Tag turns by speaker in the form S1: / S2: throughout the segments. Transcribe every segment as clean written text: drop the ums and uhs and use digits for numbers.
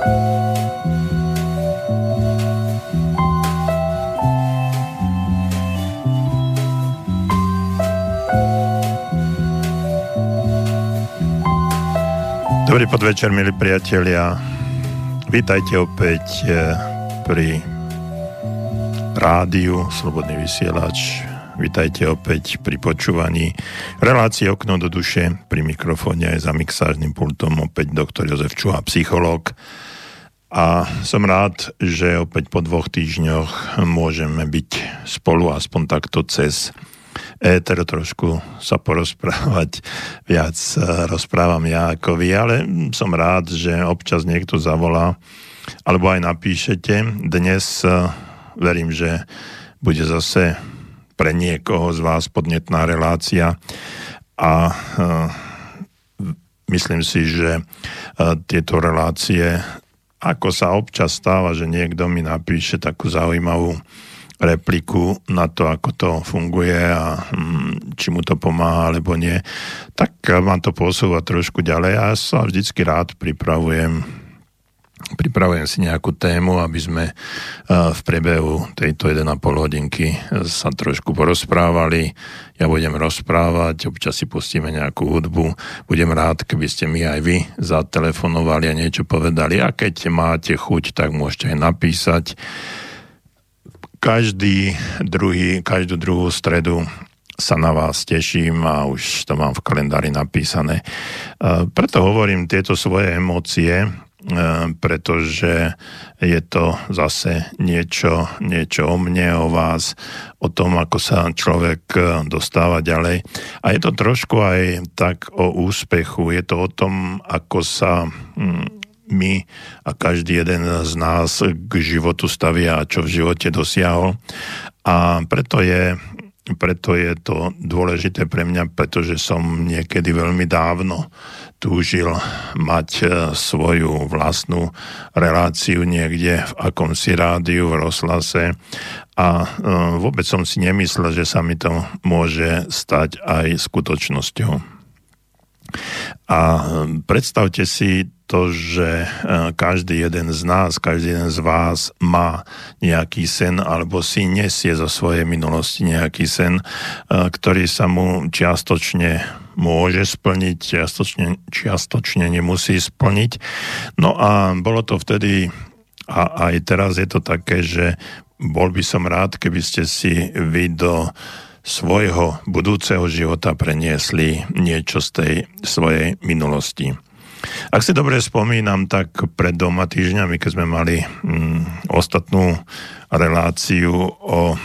S1: Dobrý podvečer, milí priatelia. Vítajte opäť pri rádiu Slobodný vysielač. Vítajte opäť pri počúvaní relácie Okno do duše. Pri mikrofóne aj za mixážnym pultom opäť doktor Jozef Čuha, psychológ. A som rád, že opäť po 2 týždňoch môžeme byť spolu aspoň takto cez éter trošku sa porozprávať. Viac rozprávam ja ako vy, ale som rád, že občas niekto zavolá alebo aj napíšete. Dnes verím, že bude zase pre niekoho z vás podnetná relácia a myslím si, že tieto relácie, ako sa občas stáva, že niekto mi napíše takú zaujímavú repliku na to, ako to funguje a či mu to pomáha alebo nie, tak ma to posúva trošku ďalej a ja sa vždycky rád pripravujem si nejakú tému, aby sme v priebehu tejto 1,5 hodinky sa trošku porozprávali. Ja budem rozprávať, občas si pustíme nejakú hudbu. Budem rád, keby ste mi aj vy zatelefonovali a niečo povedali. A keď máte chuť, tak môžete aj napísať. Každú druhú stredu sa na vás teším a už to mám v kalendári napísané. Preto hovorím tieto svoje emócie, pretože je to zase niečo o mne, o vás, o tom, ako sa človek dostáva ďalej. A je to trošku aj tak o úspechu. Je to o tom, ako sa my a každý jeden z nás k životu stavia a čo v živote dosiahol. A preto je to dôležité pre mňa, pretože som niekedy veľmi dávno túžil mať svoju vlastnú reláciu niekde v akomsi rádiu, v rozhlase a vôbec som si nemyslel, že sa mi to môže stať aj skutočnosťou. A predstavte si to, že každý jeden z nás, každý jeden z vás má nejaký sen alebo si nesie zo svojej minulosti nejaký sen, ktorý sa mu čiastočne môže splniť, čiastočne nemusí splniť. No a bolo to vtedy a aj teraz je to také, že bol by som rád, keby ste si vy do svojho budúceho života preniesli niečo z tej svojej minulosti. Ak si dobre spomínam, tak pred 2 týždňami, keď sme mali ostatnú reláciu o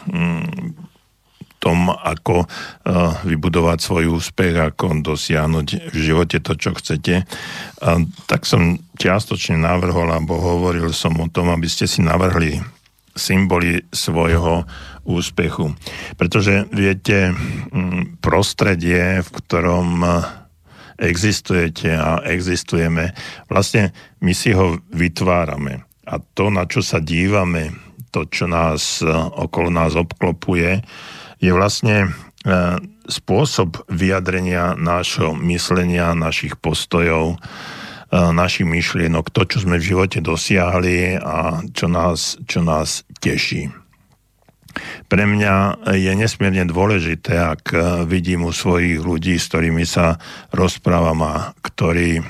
S1: tom, ako vybudovať svoj úspech, ako dosiahnuť v živote to, čo chcete, tak som čiastočne navrhol, alebo hovoril som o tom, aby ste si navrhli symboly svojho úspechu. Pretože viete, prostredie, v ktorom existujete a existujeme, vlastne my si ho vytvárame. A to, na čo sa dívame, to, čo nás okolo nás obklopuje, je vlastne spôsob vyjadrenia nášho myslenia, našich postojov, našich myšlienok, to, čo sme v živote dosiahli a čo nás teší. Pre mňa je nesmierne dôležité, ak vidím u svojich ľudí, s ktorými sa rozprávam a ktorí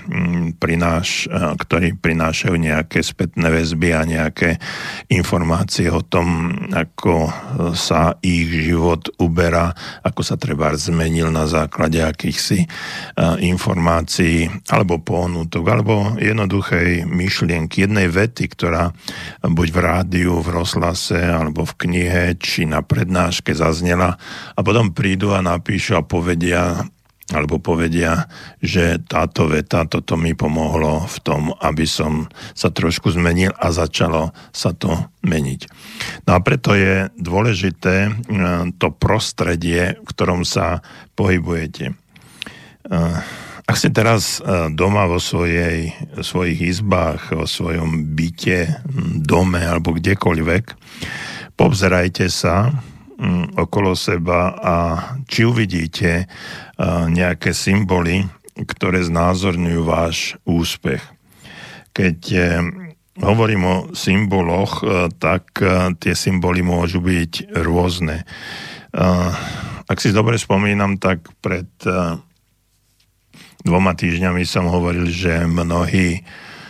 S1: prinášajú nejaké spätné väzby a nejaké informácie o tom, ako sa ich život uberá, ako sa treba zmenil na základe akýchsi informácií alebo pohnutok, alebo jednoduchej myšlienky, jednej vety, ktorá buď v rádiu, v rozhlase alebo v knihe či na prednáške zaznela a potom prídu a napíšu a povedia, že táto veta, toto mi pomohlo v tom, aby som sa trošku zmenil a začalo sa to meniť. No a preto je dôležité to prostredie, v ktorom sa pohybujete. Ak ste teraz doma vo svojich izbách, vo svojom byte, dome alebo kdekoľvek, poobzerajte sa okolo seba a či uvidíte nejaké symboly, ktoré znázorňujú váš úspech. keď hovorím o symboloch, tak tie symboly môžu byť rôzne. Ak si dobre spomínam, tak pred 2 týždňami som hovoril, že mnohí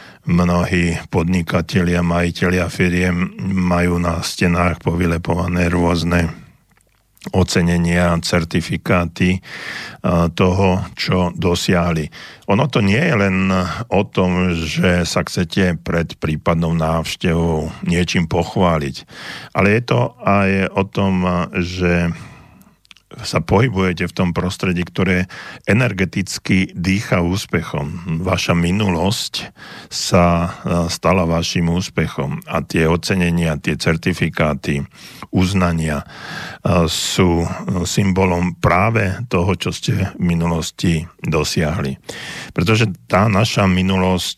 S1: podnikatelia, majitelia firiem majú na stenách povylepované rôzne ocenenia, certifikáty toho, čo dosiahli. Ono to nie je len o tom, že sa chcete pred prípadnou návštevou niečím pochváliť, ale je to aj o tom, že sa pohybujete v tom prostredí, ktoré energeticky dýcha úspechom. Vaša minulosť sa stala vašim úspechom a tie ocenenia, tie certifikáty, uznania sú symbolom práve toho, čo ste v minulosti dosiahli. Pretože tá naša minulosť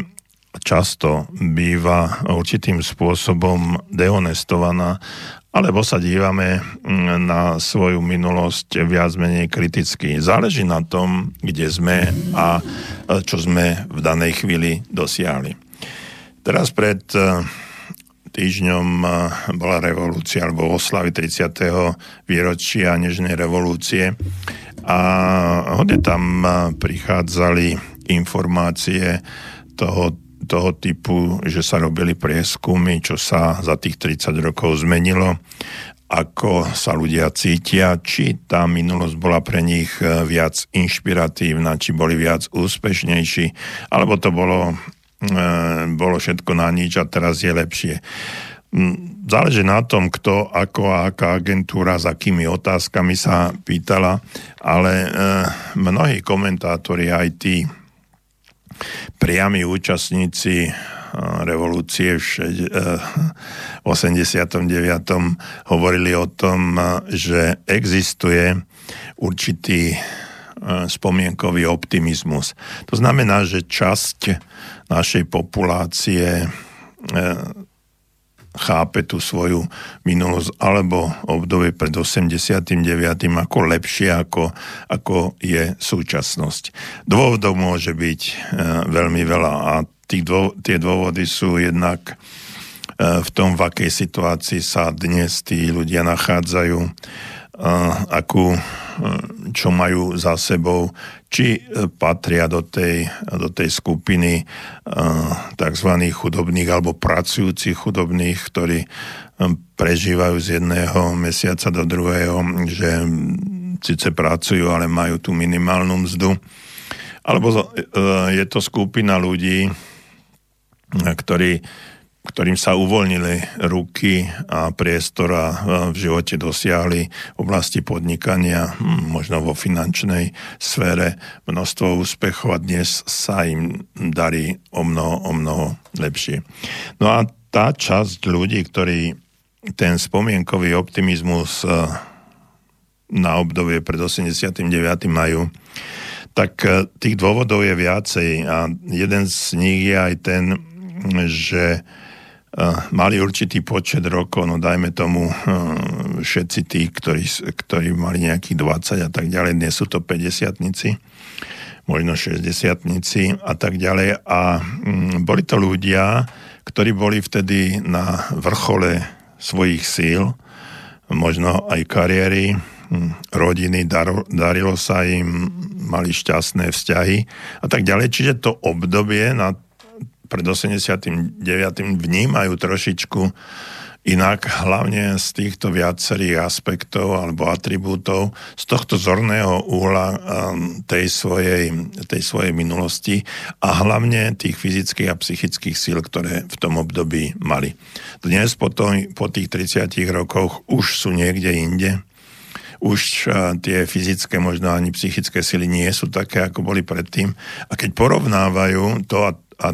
S1: často býva určitým spôsobom dehonestovaná, alebo sa dívame na svoju minulosť viac menej kriticky. Záleží na tom, kde sme a čo sme v danej chvíli dosiahli. Teraz pred týždňom bola revolúcia alebo oslavy 30. výročia Nežnej revolúcie a hodne tam prichádzali informácie toho typu, že sa robili prieskumy, čo sa za tých 30 rokov zmenilo, ako sa ľudia cítia, či tá minulosť bola pre nich viac inšpiratívna, či boli viac úspešnejší, alebo to bolo všetko na nič a teraz je lepšie. Záleží na tom, kto, ako a aká agentúra, s akými otázkami sa pýtala, ale mnohí komentátori, aj tí priami účastníci revolúcie v 89. hovorili o tom, že existuje určitý spomienkový optimizmus. To znamená, že časť našej populácie chápe tú svoju minulosť alebo obdobie pred 89. ako lepšie, ako je súčasnosť. Dôvodov môže byť veľmi veľa a tie dôvody sú jednak v tom, v akej situácii sa dnes tí ľudia nachádzajú, čo majú za sebou, či patria do tej skupiny tzv. Chudobných alebo pracujúcich chudobných, ktorí prežívajú z jedného mesiaca do druhého, že síce pracujú, ale majú tú minimálnu mzdu. Alebo je to skupina ľudí, ktorým sa uvoľnili ruky a priestor a v živote dosiahli v oblasti podnikania, možno vo finančnej sfére množstvo úspechov a dnes sa im darí o mnoho lepšie. No a tá časť ľudí, ktorí ten spomienkový optimizmus na obdobie pred 89. majú, tak tých dôvodov je viacej a jeden z nich je aj ten, že mali určitý počet rokov, no dajme tomu všetci tí, ktorí mali nejakých 20 a tak ďalej, dnes sú to 50-tnici, možno 60-tnici a tak ďalej. A boli to ľudia, ktorí boli vtedy na vrchole svojich síl, možno aj kariéry, rodiny, darilo sa im, mali šťastné vzťahy a tak ďalej. Čiže to obdobie pred 89. vnímajú trošičku inak, hlavne z týchto viacerých aspektov alebo atribútov, z tohto zorného uhla tej svojej minulosti a hlavne tých fyzických a psychických síl, ktoré v tom období mali. Dnes po tých 30 rokoch už sú niekde inde. Už tie fyzické, možno ani psychické sily nie sú také, ako boli predtým. A keď porovnávajú to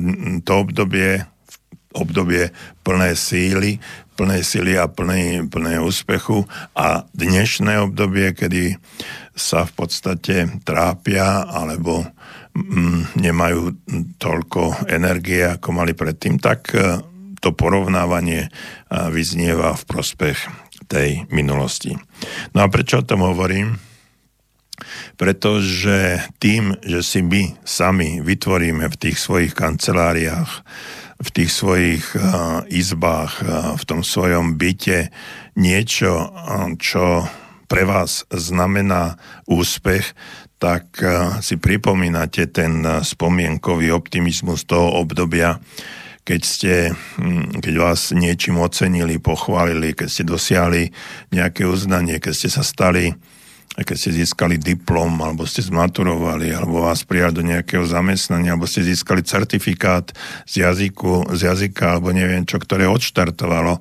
S1: obdobie plné síly a plné úspechu a dnešné obdobie, kedy sa v podstate trápia alebo nemajú toľko energie, ako mali predtým, tak to porovnávanie vyznieva v prospech tej minulosti. No a prečo o tom hovorím? Pretože tým, že si my sami vytvoríme v tých svojich kanceláriách, v tých svojich izbách, v tom svojom byte niečo, čo pre vás znamená úspech, tak si pripomínate ten spomienkový optimizmus toho obdobia, keď vás niečím ocenili, pochválili, keď ste dosiahli nejaké uznanie, keď ste získali diplom, alebo ste zmaturovali, alebo vás prijali do nejakého zamestnania, alebo ste získali certifikát z jazyka, alebo neviem čo, ktoré odštartovalo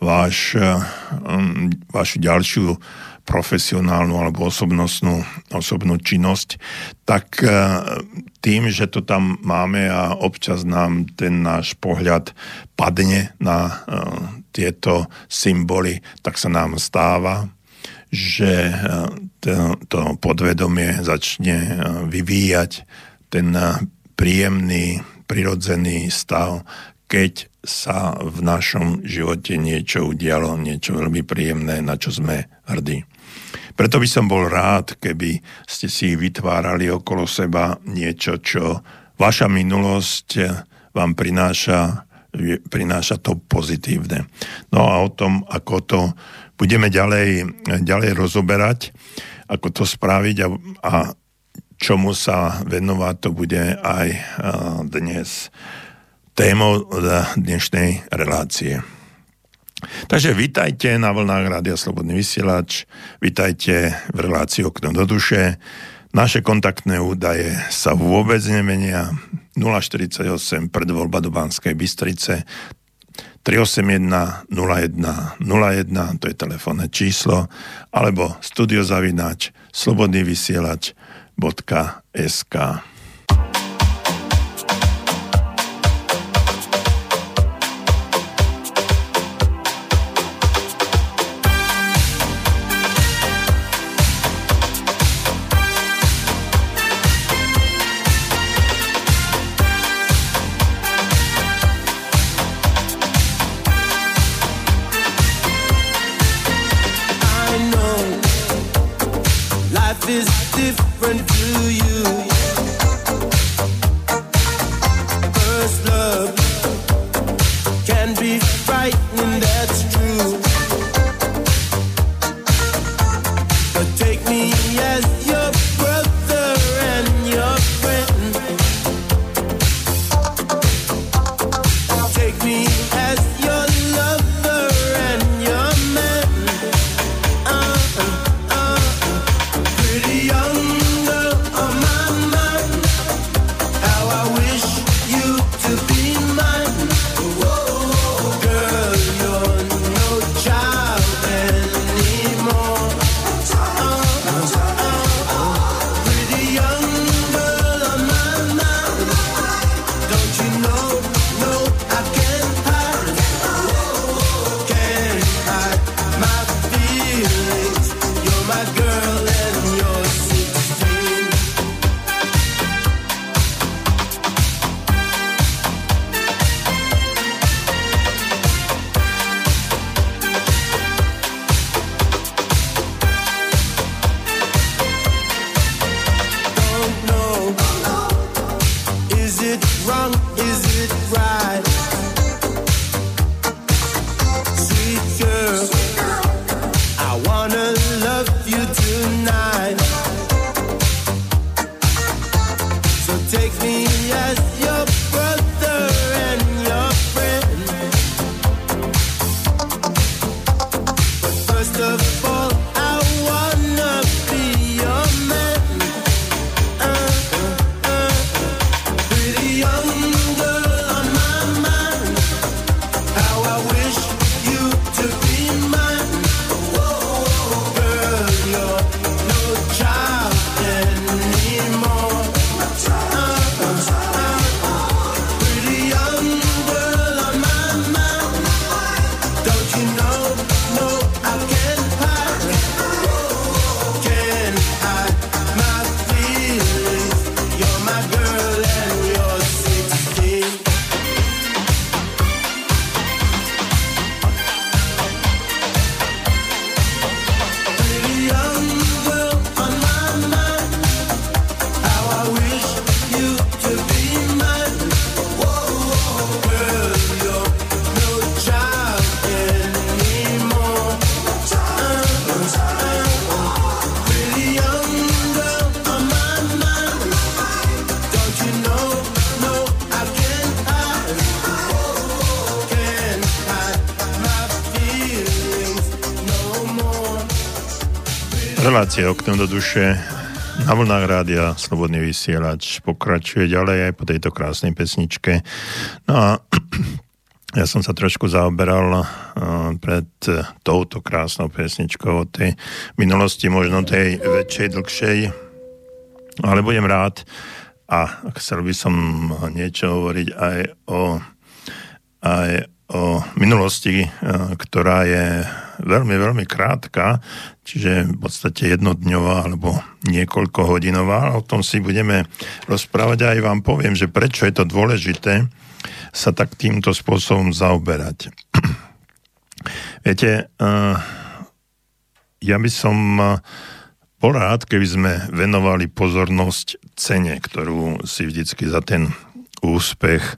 S1: vašu ďalšiu profesionálnu alebo osobnú činnosť, tak tým, že to tam máme a občas nám ten náš pohľad padne na tieto symboly, tak sa nám stáva, že to podvedomie začne vyvíjať ten príjemný, prirodzený stav, keď sa v našom živote niečo udialo, niečo veľmi príjemné, na čo sme hrdí. Preto by som bol rád, keby ste si vytvárali okolo seba niečo, čo vaša minulosť vám prináša to pozitívne. No a o tom, ako to budeme ďalej rozoberať, ako to spraviť a čomu sa venovať, to bude aj dnes témou dnešnej relácie. Takže vitajte na vlnách Rádia Slobodný vysielač, vitajte v relácii Okno do duše. Naše kontaktné údaje sa vôbec nemenia. 048 predvoľba do Banskej Bystrice 381 01 01, to je telefónne číslo, alebo studiozavináč slobodnyvysielač.sk.
S2: Is different to you. First love can be frightening, that's true. But take me as your brother and your friend. Take me as your lover and your man. Pretty young girl on my mind, how I wish you to be mine. Whoa, girl, you're no
S1: Relácia Okno do duše na vlnách rádia Slobodný vysielač pokračuje ďalej aj po tejto krásnej pesničke. No a ja som sa trošku zaoberal pred touto krásnou pesničkou o tej minulosti, možno tej väčšej, dlhšej, ale budem rád a chcel by som niečo hovoriť aj o minulosti, ktorá je veľmi, veľmi krátka, čiže v podstate jednodňová alebo niekoľkohodinová. O tom si budeme rozprávať a aj vám poviem, že prečo je to dôležité sa tak týmto spôsobom zaoberať. Viete, ja by som bol rád, keby sme venovali pozornosť cene, ktorú si vždycky za ten úspech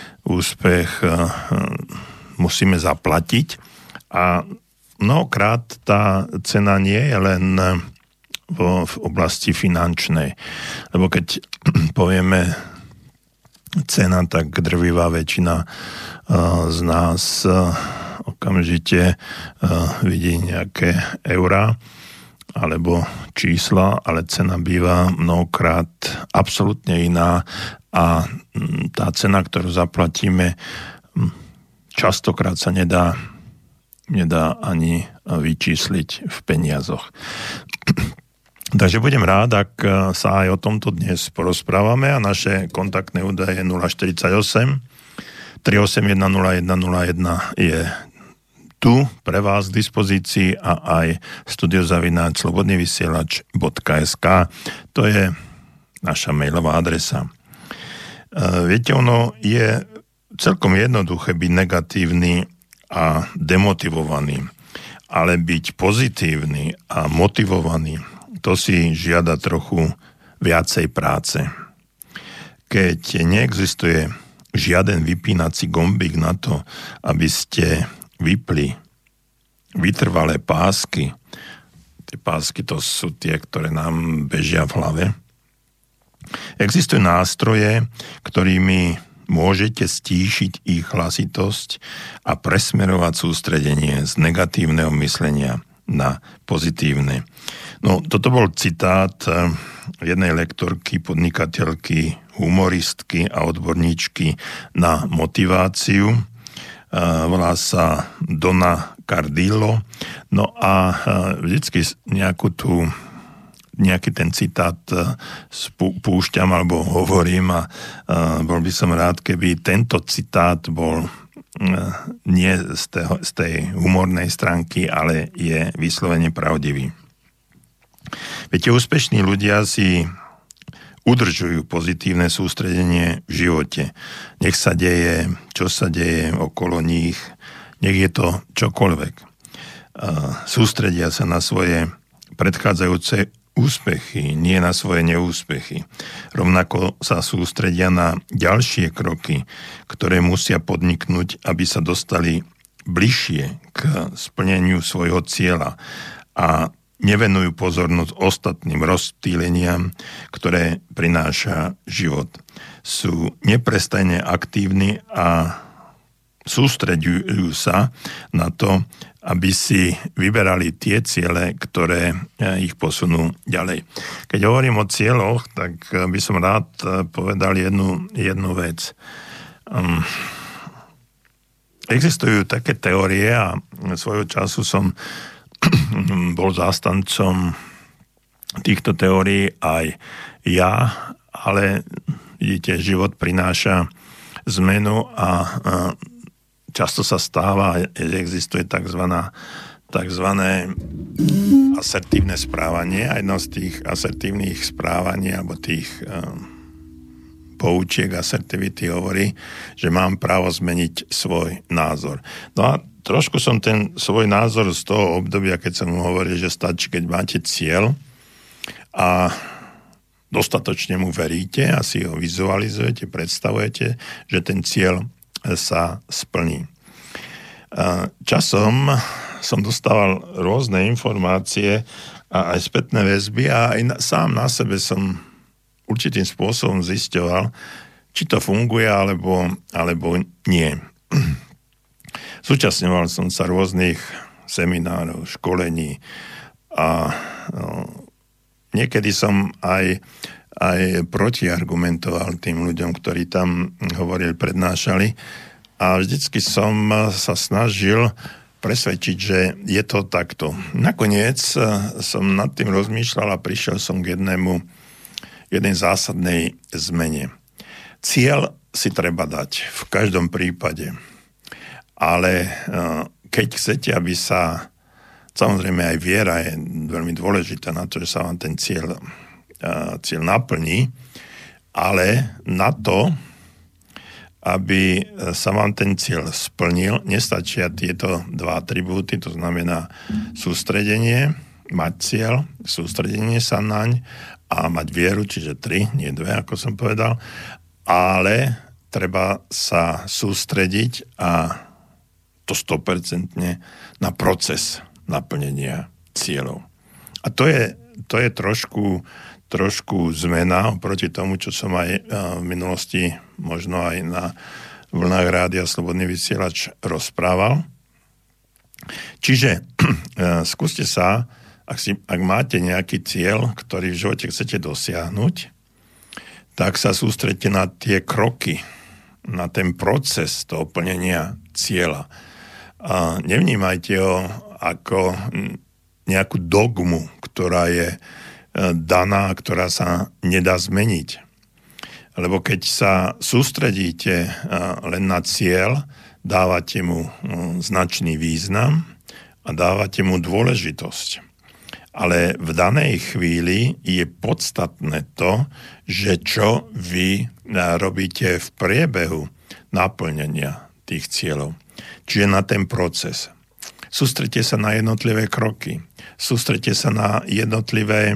S1: musíme zaplatiť. A mnohokrát tá cena nie je len v oblasti finančnej. Lebo keď povieme cena, tak drvivá väčšina z nás okamžite vidí nejaké eurá alebo čísla, ale cena býva mnohokrát absolútne iná a tá cena, ktorú zaplatíme, častokrát sa nedá ani vyčísliť v peniazoch. Takže budem rád, ak sa aj o tomto dnes porozprávame a naše kontaktné údaje 048 381 0101 je tu pre vás k dispozícii a aj studiozavináč.slobodnyvysielac.sk. To je naša mailová adresa. Viete, ono je celkom jednoduché byť negatívny a demotivovaný, ale byť pozitívny a motivovaný, to si žiada trochu viacej práce. Keď neexistuje žiaden vypínací gombík na to, aby ste vypli vytrvalé pásky, tie pásky to sú tie, ktoré nám bežia v hlave, existujú nástroje, ktorými môžete stíšiť ich hlasitosť a presmerovať sústredenie z negatívneho myslenia na pozitívne. No, toto bol citát jednej lektorky, podnikateľky, humoristky a odborníčky na motiváciu. Volá sa Donna Cardillo. No a vždycky nejaký ten citát púšťam alebo hovorím a bol by som rád, keby tento citát bol nie z tej humornej stránky, ale je vyslovene pravdivý. Viete, úspešní ľudia si udržujú pozitívne sústredenie v živote. Nech sa deje, čo sa deje okolo nich, nech je to čokoľvek. Sústredia sa na svoje predchádzajúce úspechy, nie na svoje neúspechy. Rovnako sa sústredia na ďalšie kroky, ktoré musia podniknúť, aby sa dostali bližšie k splneniu svojho cieľa a nevenujú pozornosť ostatným rozptýleniam, ktoré prináša život. Sú neprestajne aktívni a sústreďujú sa na to, aby si vyberali tie ciele, ktoré ich posunú ďalej. Keď hovorím o cieľoch, tak by som rád povedal jednu vec. Existujú také teórie a svojho času som bol zástancom týchto teórií aj ja, ale vidíte, život prináša zmenu a často sa stáva, že existuje takzvané asertívne správanie a jedno z tých asertívnych správaní alebo tých poučiek asertivity hovorí, že mám právo zmeniť svoj názor. No a trošku som ten svoj názor z toho obdobia, keď som mu hovoril, že stačí, keď máte cieľ a dostatočne mu veríte a si ho vizualizujete, predstavujete, že ten cieľ sa splní. Časom som dostával rôzne informácie a aj spätné väzby a aj sám na sebe som určitým spôsobom zisťoval, či to funguje, alebo nie. Zúčastňoval som sa rôznych seminárov, školení a niekedy som aj protiargumentoval tým ľuďom, ktorí tam hovorili, prednášali, a vždycky som sa snažil presvedčiť, že je to takto. Nakoniec som nad tým rozmýšľal a prišiel som k jednej zásadnej zmene. Cieľ si treba dať v každom prípade, ale keď chcete, aby sa, samozrejme aj viera je veľmi dôležitá na to, že sa vám ten cieľ naplní, ale na to, aby sa vám ten cieľ splnil, nestačia tieto dva atribúty, to znamená sústredenie, mať cieľ, sústredenie sa naň a mať vieru, čiže 3, nie 2, ako som povedal, ale treba sa sústrediť a to 100% na proces naplnenia cieľov. A to je trošku zmena oproti tomu, čo som aj v minulosti možno aj na vlnách Rádia Slobodný vysielač rozprával. Čiže skúste sa, ak máte nejaký cieľ, ktorý v živote chcete dosiahnuť, tak sa sústredte na tie kroky, na ten proces toho plnenia cieľa. A nevnímajte ho ako nejakú dogmu, ktorá je daná, ktorá sa nedá zmeniť. Lebo keď sa sústredíte len na cieľ, dávate mu značný význam a dávate mu dôležitosť. Ale v danej chvíli je podstatné to, že čo vy robíte v priebehu naplnenia tých cieľov. Čiže na ten proces. Sústredte sa na jednotlivé kroky. Sústredte sa na jednotlivé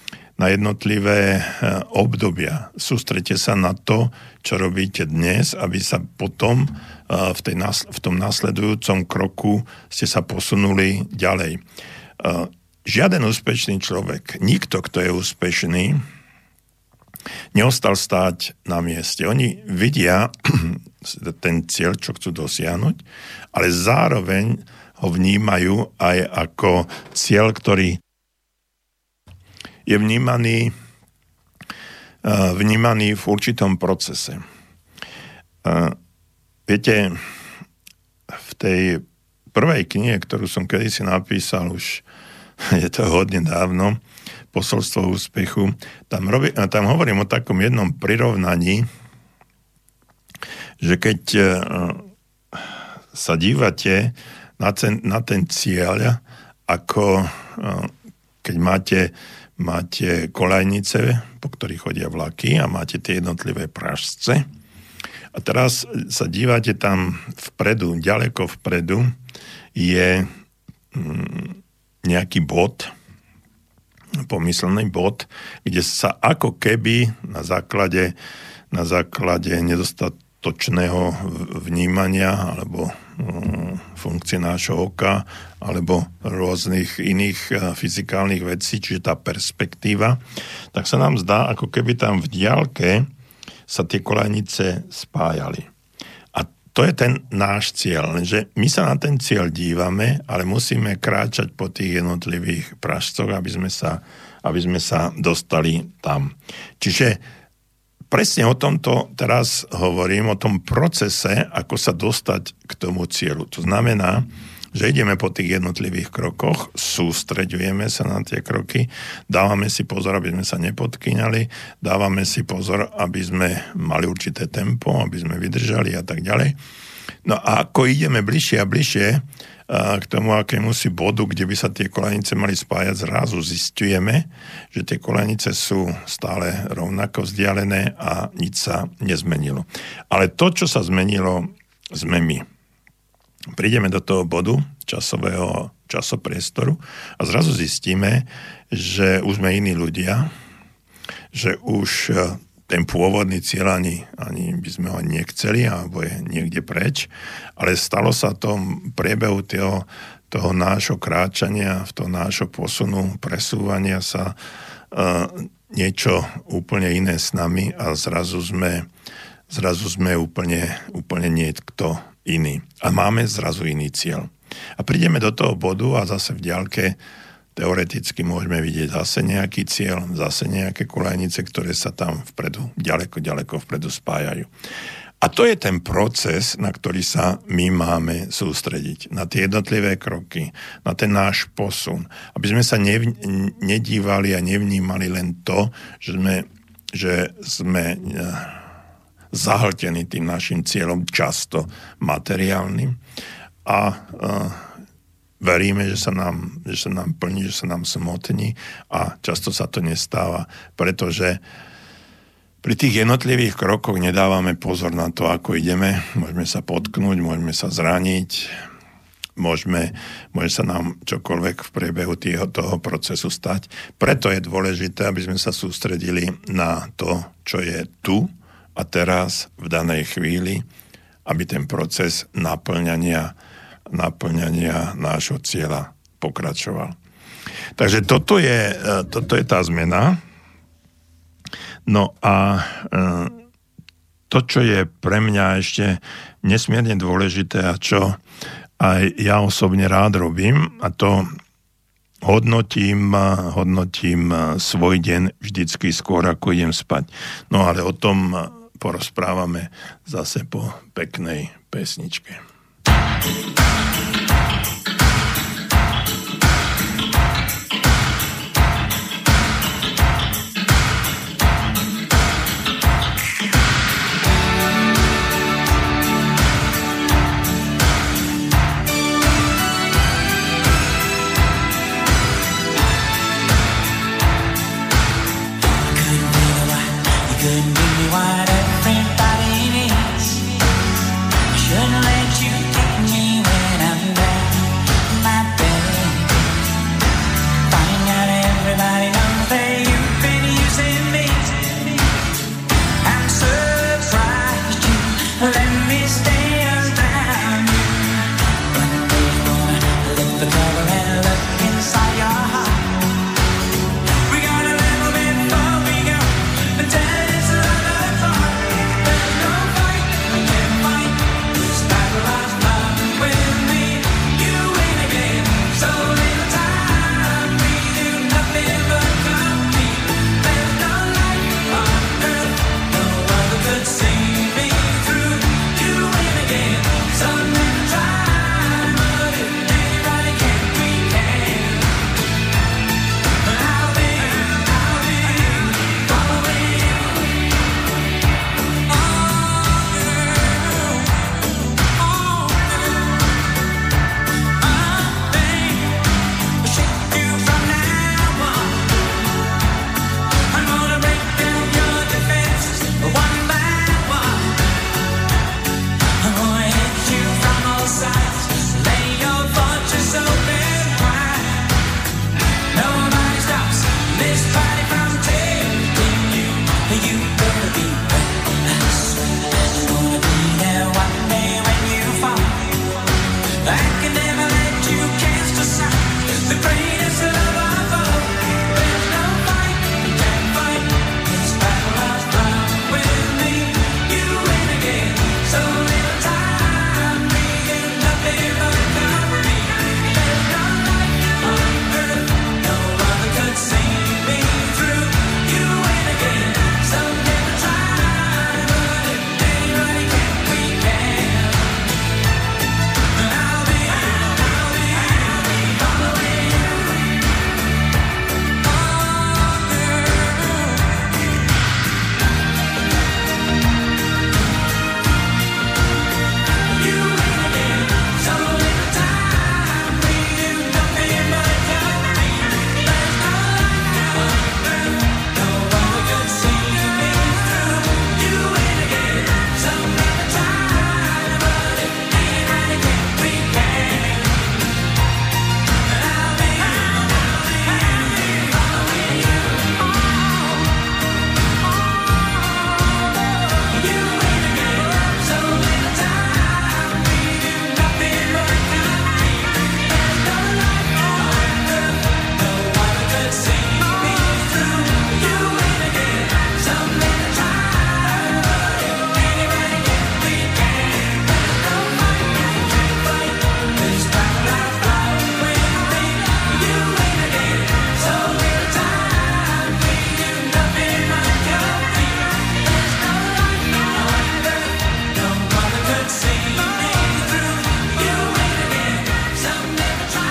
S1: obdobia. Sústredte sa na to, čo robíte dnes, aby sa potom v tom nasledujúcom kroku ste sa posunuli ďalej. Žiaden úspešný človek, nikto, kto je úspešný, neostal stáť na mieste. Oni vidia ten cieľ, čo chcú dosiahnuť, ale zároveň ho vnímajú aj ako cieľ, ktorý je vnímaný v určitom procese. Viete, v tej prvej knihe, ktorú som kedysi napísal, už je to hodne dávno, Posolstvo úspechu, tam hovorím o takom jednom prirovnaní, že keď sa dívate na ten cieľ, ako keď máte koľajnice, po ktorých chodia vlaky a máte tie jednotlivé pražce. A teraz sa dívate tam vpredu, ďaleko vpredu je nejaký bod, pomyslný bod, kde sa ako keby na základe nedostatočného vnímania alebo funkcie nášho oka alebo rôznych iných fyzikálnych vecí, čiže tá perspektíva, tak sa nám zdá, ako keby tam v diaľke sa tie koľajnice spájali. A to je ten náš cieľ, že my sa na ten cieľ dívame, ale musíme kráčať po tých jednotlivých pražcoch, aby sme sa dostali tam. Čiže presne o tomto teraz hovorím, o tom procese, ako sa dostať k tomu cieľu. To znamená, že ideme po tých jednotlivých krokoch, sústreďujeme sa na tie kroky, dávame si pozor, aby sme sa nepodkýňali, dávame si pozor, aby sme mali určité tempo, aby sme vydržali a tak ďalej. No a ako ideme bližšie a bližšie k tomu akémusi bodu, kde by sa tie koľajnice mali spájať, zrazu zisťujeme, že tie koľajnice sú stále rovnako vzdialené a nič sa nezmenilo. Ale to, čo sa zmenilo, sme my. Prídeme do toho bodu časopriestoru a zrazu zistíme, že už sme iní ľudia, že už ten pôvodný cieľ ani by sme ho nechceli, alebo je niekde preč, ale stalo sa to v priebehu toho nášho kráčania, v toho nášho posunu, presúvania sa niečo úplne iné s nami a zrazu sme úplne niekto iný. A máme zrazu iný cieľ. A prídeme do toho bodu a zase v diaľke teoreticky môžeme vidieť zase nejaký cieľ, zase nejaké koľajnice, ktoré sa tam vpredu, ďaleko vpredu spájajú. A to je ten proces, na ktorý sa my máme sústrediť. Na tie jednotlivé kroky, na ten náš posun. Aby sme sa nedívali a nevnímali len to, že sme zahltení tým našim cieľom, často materiálnym. A veríme, že sa nám plní, že sa nám smotní a často sa to nestáva, pretože pri tých jednotlivých krokoch nedávame pozor na to, ako ideme. Môžeme sa potknúť, môžeme sa zraniť, môže sa nám čokoľvek v priebehu toho procesu stať. Preto je dôležité, aby sme sa sústredili na to, čo je tu a teraz v danej chvíli, aby ten proces naplňania nášho cieľa pokračoval. Takže toto je tá zmena. No a to, čo je pre mňa ešte nesmierne dôležité a čo aj ja osobne rád robím, a to hodnotím svoj deň vždycky skôr, ako idem spať. No ale o tom porozprávame zase po peknej pesničke.
S3: Shouldn't let you take me when I'm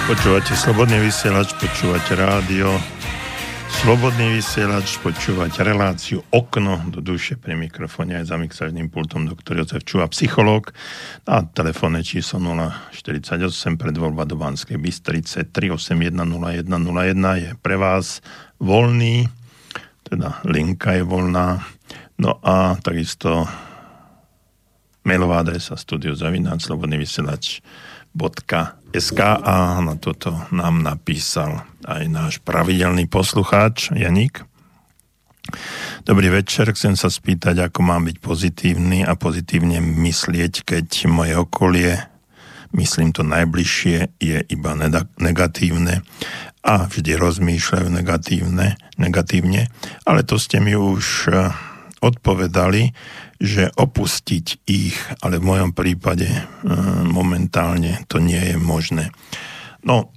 S1: Počúvate Slobodný vysielač, počúvate rádio Slobodný vysielač, počúvate reláciu Okno do duše, pri mikrofóne aj za mixážnym pultom doktor Jozef Čuha, psychológ, a telefónne číslo 048 predvoľba do Banskej Bystrice 381 0101 je pre vás voľný, teda linka je voľná, no a takisto mailová adresa studio@slobodnyvysielac.sk a na toto nám napísal aj náš pravidelný poslucháč Janík. Dobrý večer, chcem sa spýtať, ako mám byť pozitívny a pozitívne myslieť, keď moje okolie, myslím to najbližšie, je iba negatívne a vždy rozmýšľajú negatívne, ale to ste mi už odpovedali, že opustiť ich, ale v mojom prípade momentálne to nie je možné. No,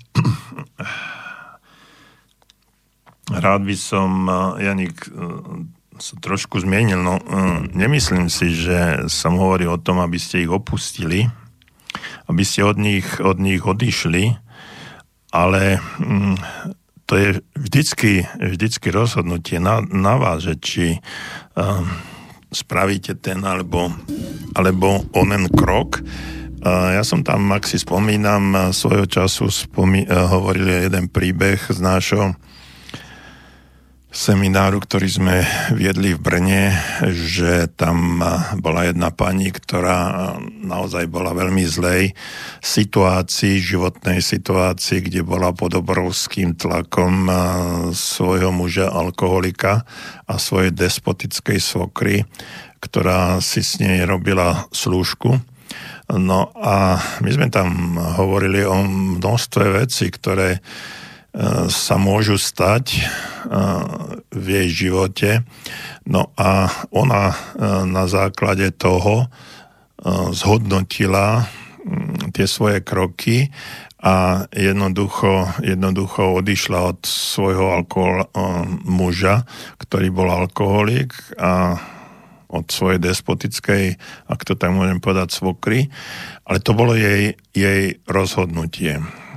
S1: rád by som, Janík, sa trošku zmienil. No, nemyslím si, že som hovoril o tom, aby ste ich opustili, aby ste od nich odišli, ale to je vždycky rozhodnutie na vás, že či spravíte ten alebo onen krok. Ja som tam, ak si spomínam, svojho času hovoril jeden príbeh z nášho semináru, ktorý sme viedli v Brne, že tam bola jedna pani, ktorá naozaj bola veľmi zlej životnej situácii, kde bola pod obrovským tlakom svojho muža alkoholika a svojej despotickej svokry, ktorá si s nej robila slúžku. No a my sme tam hovorili o množstve vecí, ktoré sa môžu stať v jej živote. No a ona na základe toho zhodnotila tie svoje kroky a jednoducho odišla od svojho muža, ktorý bol alkoholik, a od svojej despotickej, ak to tak môžem povedať, svokry. Ale to bolo jej rozhodnutie.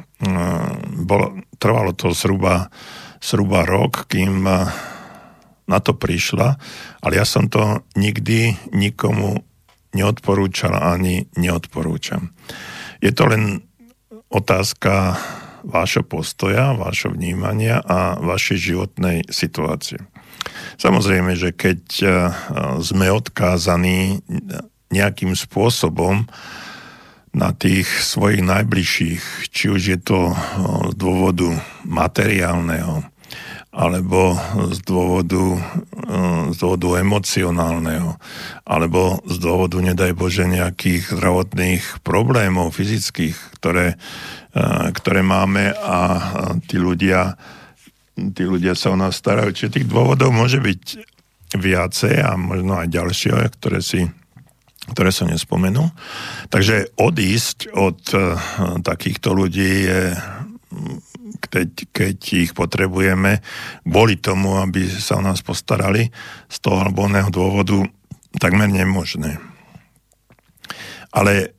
S1: Trvalo to zhruba rok, kým na to prišla, ale ja som to nikdy nikomu neodporúčal ani neodporúčam. Je to len otázka vášho postoja, vášho vnímania a vašej životnej situácie. Samozrejme, že keď sme odkázaní nejakým spôsobom na tých svojich najbližších, či už je to z dôvodu materiálneho, alebo z dôvodu emocionálneho, alebo z dôvodu, nedaj Bože, nejakých zdravotných problémov fyzických, ktoré máme, a tí ľudia sa o nás starajú. Čiže tých dôvodov môže byť viacej a možno aj ďalšie, ktoré sa nespomenú. Takže odísť od takýchto ľudí je, keď ich potrebujeme, kvôli tomu, aby sa o nás postarali, z toho alebo oného dôvodu, takmer nemožné. Ale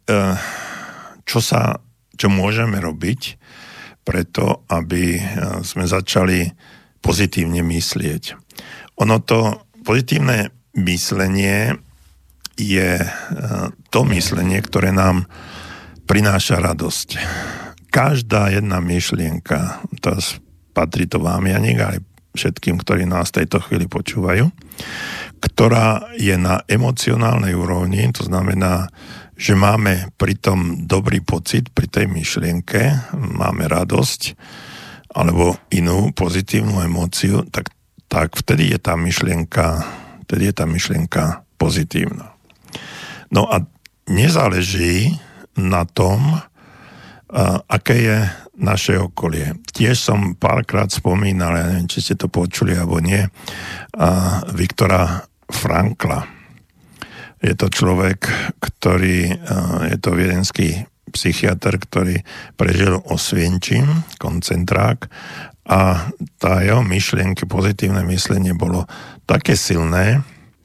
S1: čo môžeme robiť preto, aby sme začali pozitívne myslieť? Ono to pozitívne myslenie je to myslenie, ktoré nám prináša radosť. Každá jedna myšlienka, to patrí to vám, Janík, ale všetkým, ktorí nás v tejto chvíli počúvajú, ktorá je na emocionálnej úrovni, to znamená, že máme pritom dobrý pocit pri tej myšlienke, máme radosť alebo inú pozitívnu emóciu, tak vtedy je tá myšlienka pozitívna. No a nezáleží na tom, aké je naše okolie. Tiež som párkrát spomínal, ja neviem, či ste to počuli alebo nie, Viktora Frankla. Je to človek, je to viedenský psychiatr, ktorý prežil Osvienčim, koncentrák, a tá jeho myšlienky, pozitívne myslenie bolo také silné,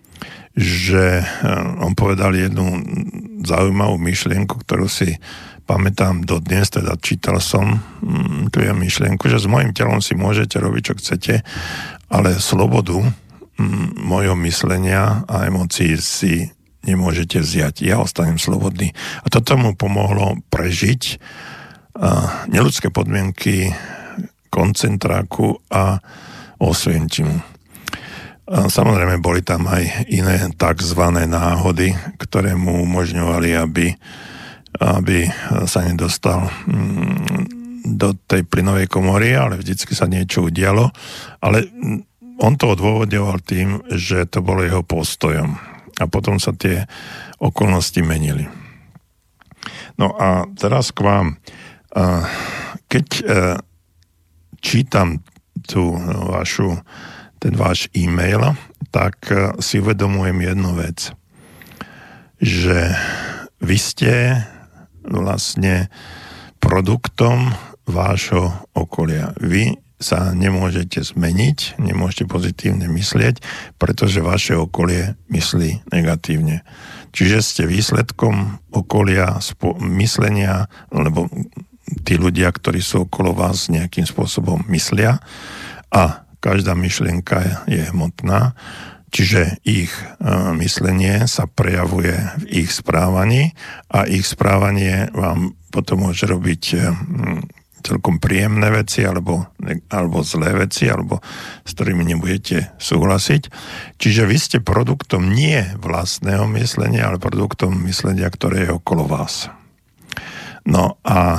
S1: že on povedal jednu zaujímavú myšlienku, ktorú si pamätám dodnes, teda čítal som tú myšlienku, že s mojím telom si môžete robiť, čo chcete, ale slobodu mojho myslenia a emócií si nemôžete vziať. Ja ostanem slobodný. A toto mu pomohlo prežiť neľudské podmienky koncentráku a Osvientimu. Samozrejme, boli tam aj iné takzvané náhody, ktoré mu umožňovali, aby sa nedostal do tej plynovej komory, ale vždycky sa niečo udialo. Ale on to odôvodoval tým, že to bolo jeho postojom. A potom sa tie okolnosti menili. No a teraz k vám. Keď čítam ten váš e-mail, tak si uvedomujem jednu vec, že vy ste vlastne produktom vášho okolia. Vy sa nemôžete zmeniť, nemôžete pozitívne myslieť, pretože vaše okolie myslí negatívne. Čiže ste výsledkom okolia, myslenia, lebo tí ľudia, ktorí sú okolo vás nejakým spôsobom myslia a každá myšlienka je hmotná, čiže ich myslenie sa prejavuje v ich správaní a ich správanie vám potom môže robiť celkom príjemné veci alebo zlé veci, alebo s ktorými nebudete súhlasiť. Čiže vy ste produktom nie vlastného myslenia, ale produktom myslenia, ktoré je okolo vás. No a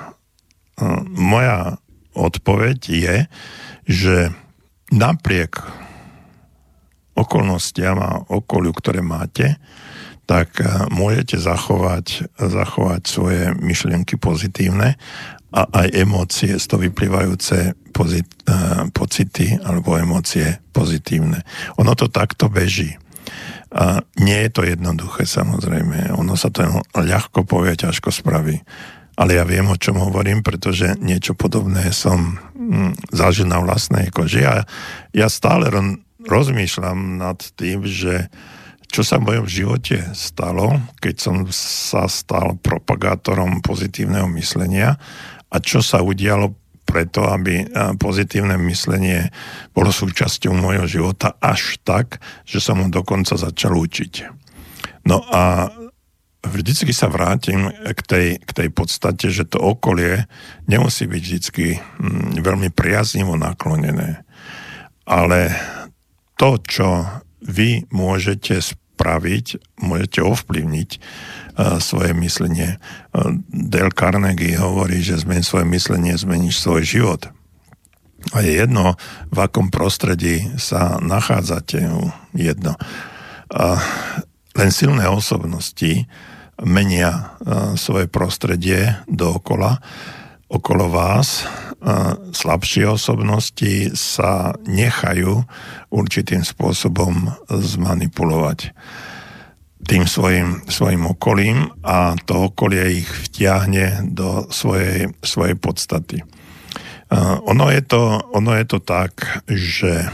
S1: moja odpoveď je, že napriek okolnostiam a okoliu, ktoré máte, tak môžete zachovať svoje myšlienky pozitívne a aj emócie z toho vyplývajúce pocity alebo emócie pozitívne. Ono to takto beží. A nie je to jednoduché, samozrejme. Ono sa to ľahko povie, ťažko spraví. Ale ja viem, o čom hovorím, pretože niečo podobné som zažil na vlastnej koži. A ja stále rozmýšľam nad tým, že čo sa v mojom živote stalo, keď som sa stal propagátorom pozitívneho myslenia a čo sa udialo preto, aby pozitívne myslenie bolo súčasťou môjho života až tak, že som ho dokonca začal učiť. No a vždycky sa vrátim k tej podstate, že to okolie nemusí byť vždycky veľmi priaznivo naklonené. Ale to, čo vy môžete spraviť, môžete ovplyvniť svoje myslenie. Dale Carnegie hovorí, že zmeni svoje myslenie, zmeníš svoj život. A je jedno, v akom prostredí sa nachádzate. Jedno. Len silné osobnosti menia svoje prostredie dookola, okolo vás. Slabšie osobnosti sa nechajú určitým spôsobom zmanipulovať tým svojim okolím a to okolie ich vtiahne do svojej podstaty. Ono je to tak, že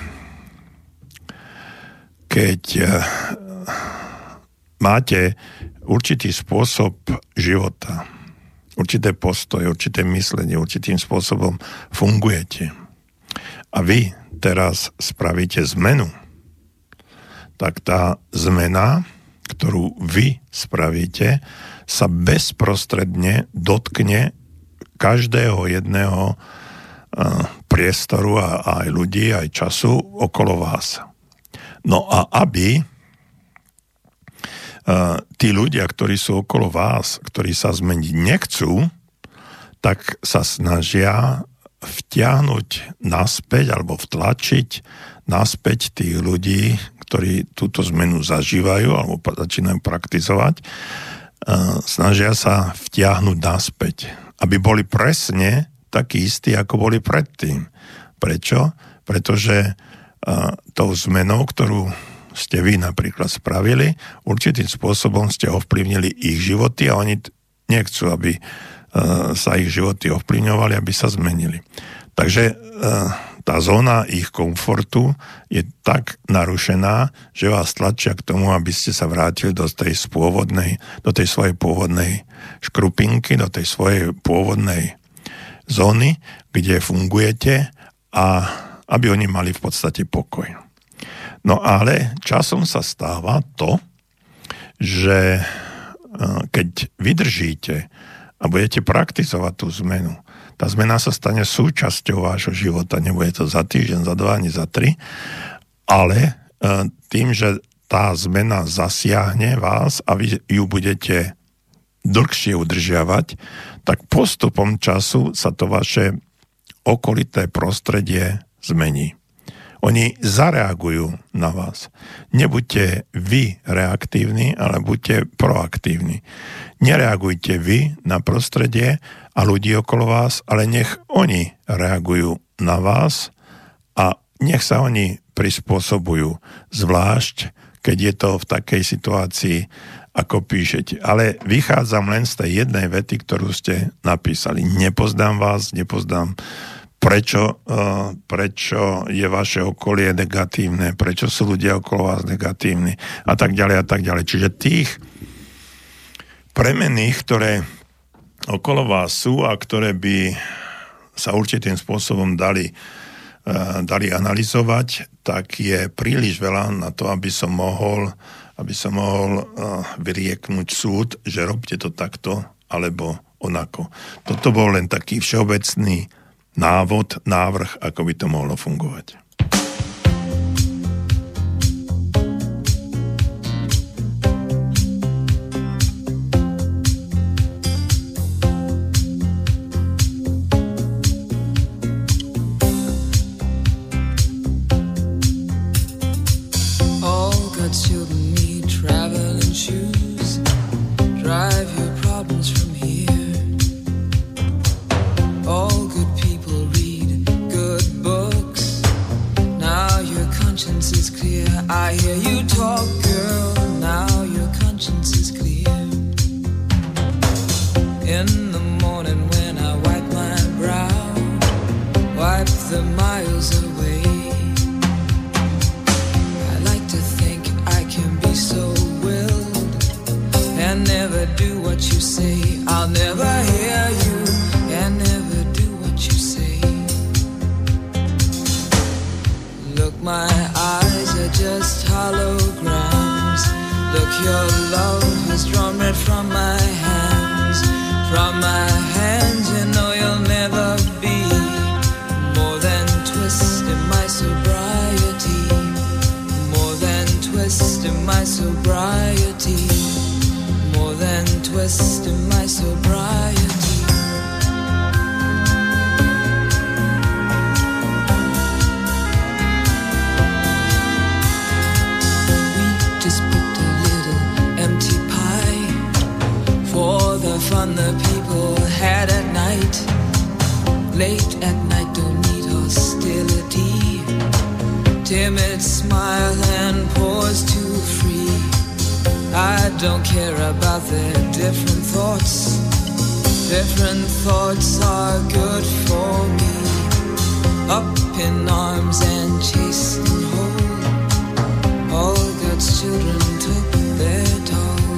S1: keď máte určitý spôsob života, určité postoje, určité myslenie, určitým spôsobom fungujete a vy teraz spravíte zmenu, tak tá zmena, ktorú vy spravíte, sa bezprostredne dotkne každého jedného priestoru a aj ľudí, aj času okolo vás. No a aby tí ľudia, ktorí sú okolo vás, ktorí sa zmeniť nechcú, tak sa snažia vtiahnuť naspäť alebo vtlačiť naspäť tých ľudí, ktorí túto zmenu zažívajú alebo začínajú praktizovať, snažia sa vtiahnuť naspäť, aby boli presne takí istí, ako boli predtým. Prečo? Pretože tou zmenou, ktorú ste vy napríklad spravili, určitým spôsobom ste ovplyvnili ich životy a oni nechcú, aby sa ich životy ovplyvňovali, aby sa zmenili. Takže tá zóna ich komfortu je tak narušená, že vás tlačia k tomu, aby ste sa vrátili do tej svojej pôvodnej škrupinky, do tej svojej pôvodnej zóny, kde fungujete a aby oni mali v podstate pokoj. No ale časom sa stáva to, že keď vydržíte a budete praktizovať tú zmenu, tá zmena sa stane súčasťou vášho života. Nebude to za týždeň, za 2 ani za 3, ale tým, že tá zmena zasiahne vás a vy ju budete dlhšie udržiavať, tak postupom času sa to vaše okolité prostredie zmení. Oni zareagujú na vás. Nebuďte vy reaktívni, ale buďte proaktívni. Nereagujte vy na prostredie a ľudí okolo vás, ale nech oni reagujú na vás a nech sa oni prispôsobujú. Zvlášť, keď je to v takej situácii, ako píšete. Ale vychádzam len z tej jednej vety, ktorú ste napísali. Nepoznám vás, prečo je vaše okolie negatívne, prečo sú ľudia okolo vás negatívni a tak ďalej a tak ďalej. Čiže tých premenných, ktoré okolo vás sú a ktoré by sa určitým spôsobom dali analyzovať, tak je príliš veľa na to, aby som mohol vyrieknúť súd, že robte to takto alebo onako. Toto bol len taký všeobecný návrh, ako by to mohlo fungovať.
S4: All God's children need traveling shoes. Drive your problems from here. All good people read good books. Now your conscience is clear. I hear you talk, girl. Now your conscience is clear. In the morning when I wipe my brow, wipe the miles away. I like to think I can be so willed and never do what you say. I'll never hear you and never do what you say. Look, my eyes are just holograms. Look, your love has drawn red from my hands. From my hands, you know you'll never be more than twist in my sobriety. More than twist in my sobriety. More than twist in my sobriety. Just put a little empty pie for the fun the people had at night. Late at night, don't need hostility. Timid smile and pause too free. I don't care about their different thoughts. Different thoughts are good for me. Up in arms and chased and whole. All God's children took their toll.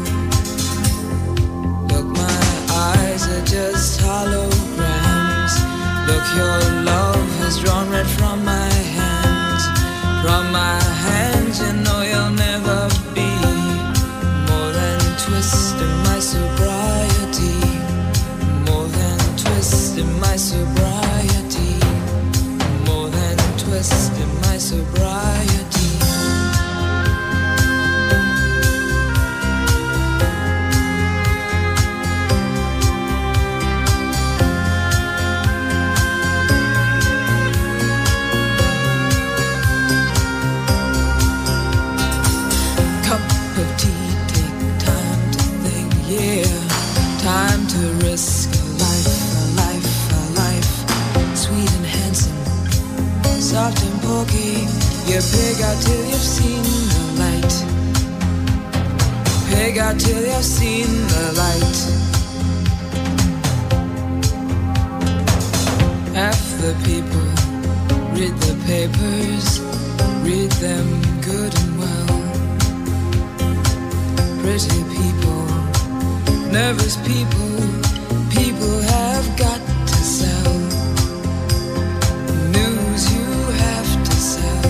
S4: Look, my eyes are just holograms. Look, your love has drawn red from my hands. From my hands, you know you'll never be more than twist in my sobriety. More than twist in my sobriety. More than twist in my sobriety. Time to risk a life, sweet and handsome, soft and pokey. You pig out till you've seen the light. Pig out till you've seen the light. Half the people read the papers, read them good and well. Pretty people, nervous people, people have got to sell. News you have to sell.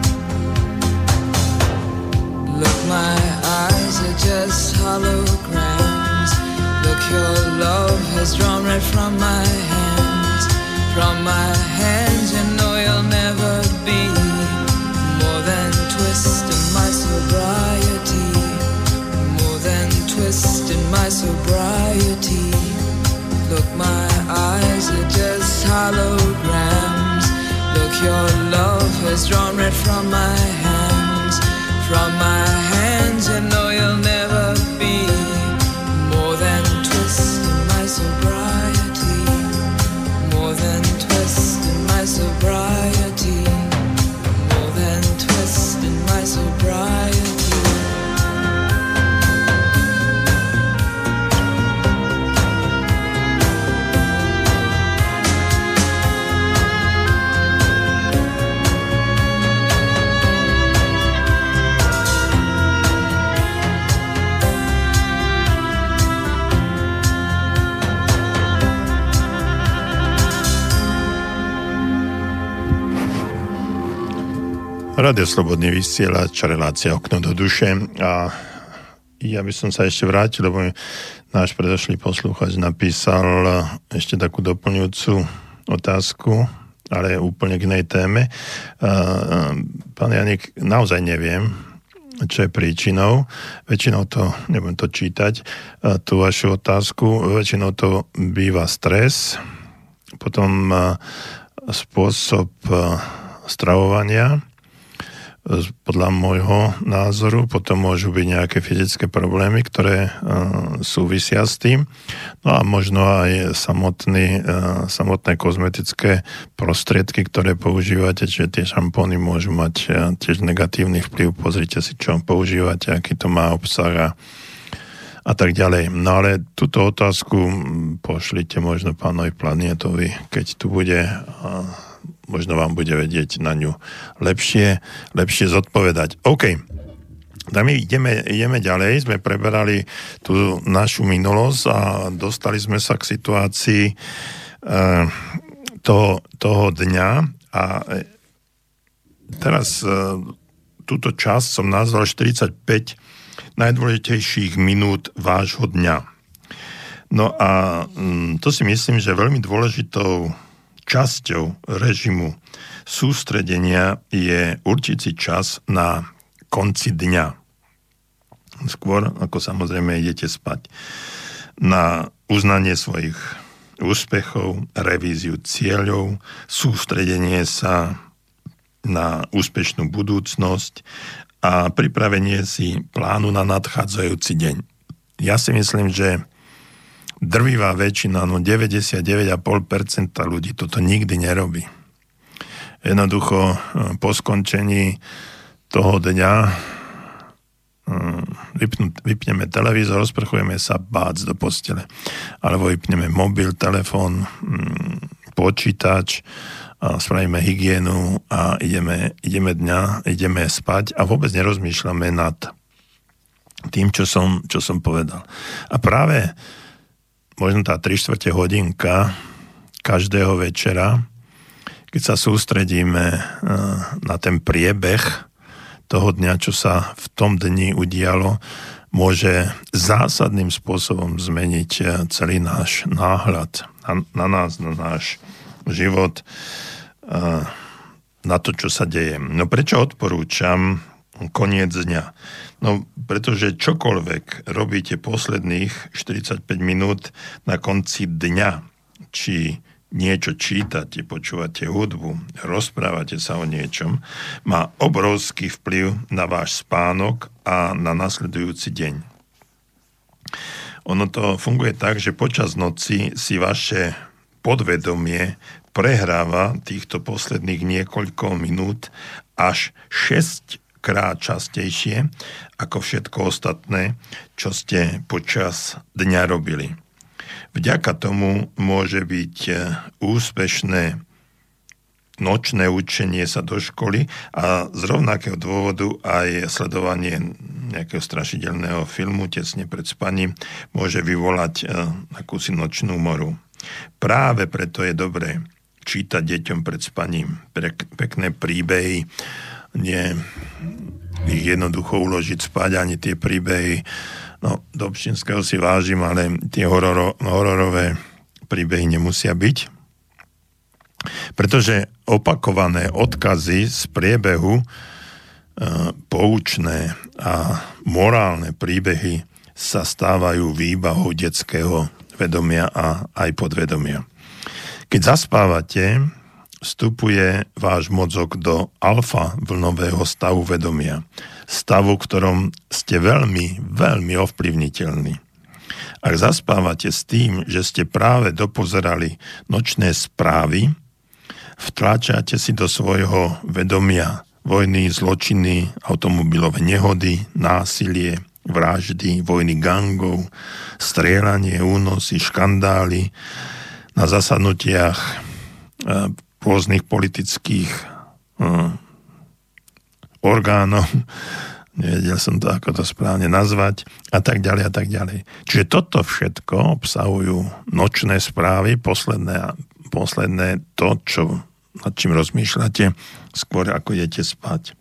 S4: Look, my eyes are just holograms. Look, your love has drawn red from my hands. From my hands, you know you'll never be more than twist in my sobriety. More than twist in my sobriety. Look, my eyes are just holograms. Look, your love has drawn red from my hands. From my hands, you know you'll never be more than twist in my sobriety. More than twist in my sobriety. More than twist in my sobriety.
S1: Radio Slobodný vysielač, relácia Okno do duše. A ja by som sa ešte vrátil, lebo náš predošlý poslucháč napísal ešte takú doplňujúcu otázku, ale úplne k inej téme. Pán Janik, naozaj neviem, čo je príčinou. Väčšinou to, nebudem to čítať, tú vašu otázku, väčšinou to býva stres, potom spôsob stravovania, podľa môjho názoru, potom môžu byť nejaké fyzické problémy, ktoré súvisia s tým. No a možno aj samotné kozmetické prostriedky, ktoré používate, čiže tie šampóny môžu mať tiež negatívny vplyv. Pozrite si, čo používate, aký to má obsah a tak ďalej. No ale túto otázku pošlite možno pánovi Planietovi, keď tu bude, možno vám bude vedieť na ňu lepšie zodpovedať. OK. Tak my ideme ďalej. Sme preberali tú našu minulosť a dostali sme sa k situácii toho dňa a teraz túto časť som nazval 45 najdôležitejších minút vášho dňa. No a to si myslím, že veľmi dôležitou časťou režimu sústredenia je určitý čas na konci dňa. Skôr, ako samozrejme idete spať. Na uznanie svojich úspechov, revíziu cieľov, sústredenie sa na úspešnú budúcnosť a pripravenie si plánu na nadchádzajúci deň. Ja si myslím, že drvivá väčšina, 99,5% ľudí toto nikdy nerobí. Jednoducho po skončení toho dňa vypneme televízor, rozprchujeme sa, bác do postele. Alebo vypneme mobil, telefón, počítač, a spravíme hygienu a ideme spať a vôbec nerozmýšľame nad tým, čo som povedal. A práve možno tá 3/4 hodinka každého večera, keď sa sústredíme na ten priebeh toho dňa, čo sa v tom dni udialo, môže zásadným spôsobom zmeniť celý náš náhľad na nás, na náš život, na to, čo sa deje. No prečo odporúčam koniec dňa? No, pretože čokoľvek robíte posledných 45 minút na konci dňa, či niečo čítate, počúvate hudbu, rozprávate sa o niečom, má obrovský vplyv na váš spánok a na nasledujúci deň. Ono to funguje tak, že počas noci si vaše podvedomie prehráva týchto posledných niekoľko minút až 6 krát častejšie ako všetko ostatné, čo ste počas dňa robili. Vďaka tomu môže byť úspešné nočné učenie sa do školy a z rovnakého dôvodu aj sledovanie nejakého strašidelného filmu tesne pred spaním môže vyvolať akúsi nočnú moru. Práve preto je dobré čítať deťom pred spaním pekné príbehy, nie ich jednoducho uložiť spať, ani tie príbehy, no Dobšinského si vážim, ale tie hororové príbehy nemusia byť. Pretože opakované odkazy z priebehu, poučné a morálne príbehy sa stávajú výbavou detského vedomia a aj podvedomia. Keď zaspávate, vstupuje váš mozog do alfa vlnového stavu vedomia. Stavu, v ktorom ste veľmi, veľmi ovplyvniteľní. Ak zaspávate s tým, že ste práve dopozerali nočné správy, vtláčate si do svojho vedomia vojny, zločiny, automobilové nehody, násilie, vraždy, vojny gangov, strieľanie, únosy, škandály na zasadnutiach rôznych politických orgánov, nevedel som to, ako to správne nazvať, a tak ďalej, a tak ďalej. Čiže toto všetko obsahujú nočné správy, posledné to, nad čím rozmýšľate, skôr ako idete spať.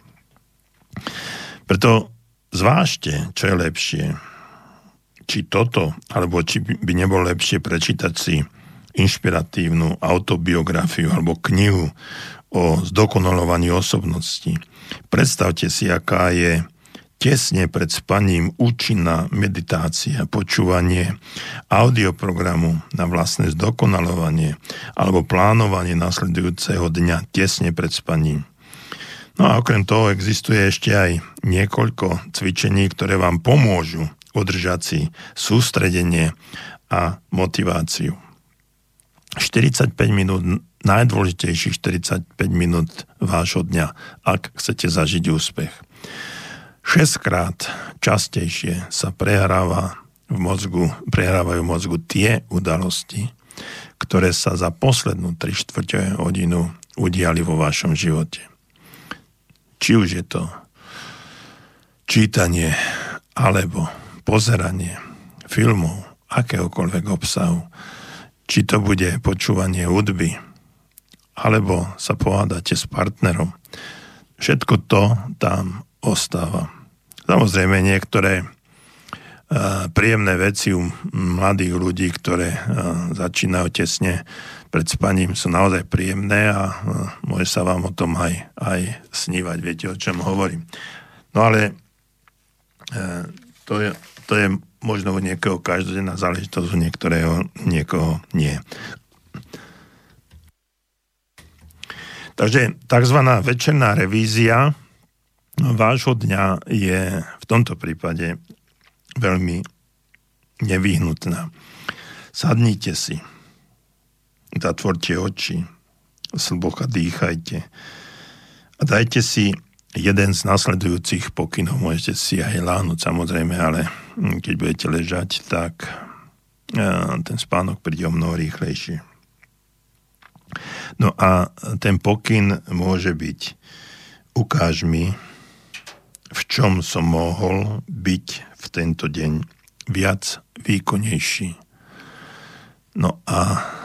S1: Preto zvážte, čo je lepšie. Či toto, alebo či by nebolo lepšie prečítať si inšpiratívnu autobiografiu alebo knihu o zdokonalovaní osobnosti. Predstavte si, aká je tesne pred spaním účinná meditácia, počúvanie audioprogramu na vlastné zdokonalovanie alebo plánovanie nasledujúceho dňa tesne pred spaním. No a okrem toho existuje ešte aj niekoľko cvičení, ktoré vám pomôžu udržať si sústredenie a motiváciu. 45 minút, najdôležitejších 45 minút vášho dňa, ak chcete zažiť úspech. 6-krát častejšie sa prehrávajú v mozgu tie udalosti, ktoré sa za poslednú 3/4 hodinu udiali vo vašom živote. Či už je to čítanie alebo pozeranie filmov, akéhokoľvek obsahu, či to bude počúvanie hudby, alebo sa pohádate s partnerom. Všetko to tam ostáva. Samozrejme, niektoré príjemné veci u mladých ľudí, ktoré začínajú tesne pred spaním, sú naozaj príjemné a môže sa vám o tom aj snívať. Viete, o čom hovorím. No ale to je možno u niekoho každodenná záležitosť, u niekoho nie. Takže takzvaná večerná revízia vášho dňa je v tomto prípade veľmi nevyhnutná. Sadnite si, zatvorte oči, slboka dýchajte a dajte si jeden z nasledujúcich pokynov. Môžete si aj láhnuť, samozrejme, ale keď budete ležať, tak ten spánok príde o mnoho rýchlejšie. No a ten pokyn môže byť: ukáž mi, v čom som mohol byť v tento deň viac výkonnejší. No a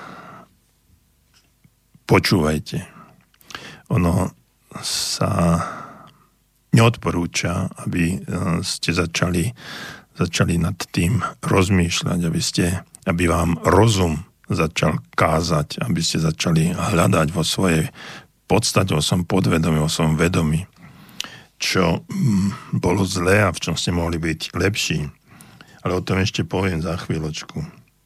S1: počúvajte. Ono sa neodporúča, aby ste začali nad tým rozmýšľať, aby vám rozum začal kázať, aby ste začali hľadať vo svojej podstate, vo svojom podvedomí, vo svojom vedomí, čo bolo zlé a v čom ste mohli byť lepší. Ale o tom ešte poviem za chvíľočku.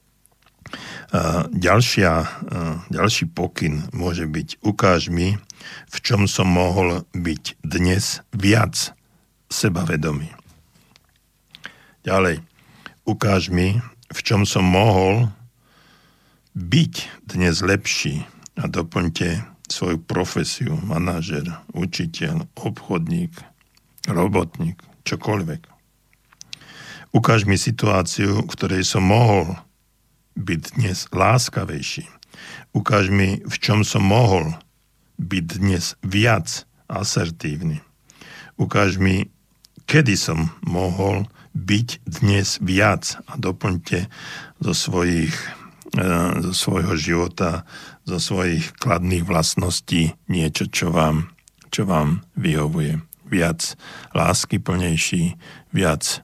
S1: Ďalší pokyn môže byť: ukáž mi, v čom som mohol byť dnes viac sebavedomý. Ďalej, ukáž mi, v čom som mohol byť dnes lepší, a doplňte svoju profesiu: manažer, učiteľ, obchodník, robotník, čokoľvek. Ukáž mi situáciu, v ktorej som mohol byť dnes láskavejší. Ukáž mi, v čom som mohol byť dnes viac asertívny. Ukáž mi, kedy som mohol byť dnes viac a doplňte zo svojho života, zo svojich kladných vlastností niečo, čo vám vyhovuje. Viac láskyplnejší, viac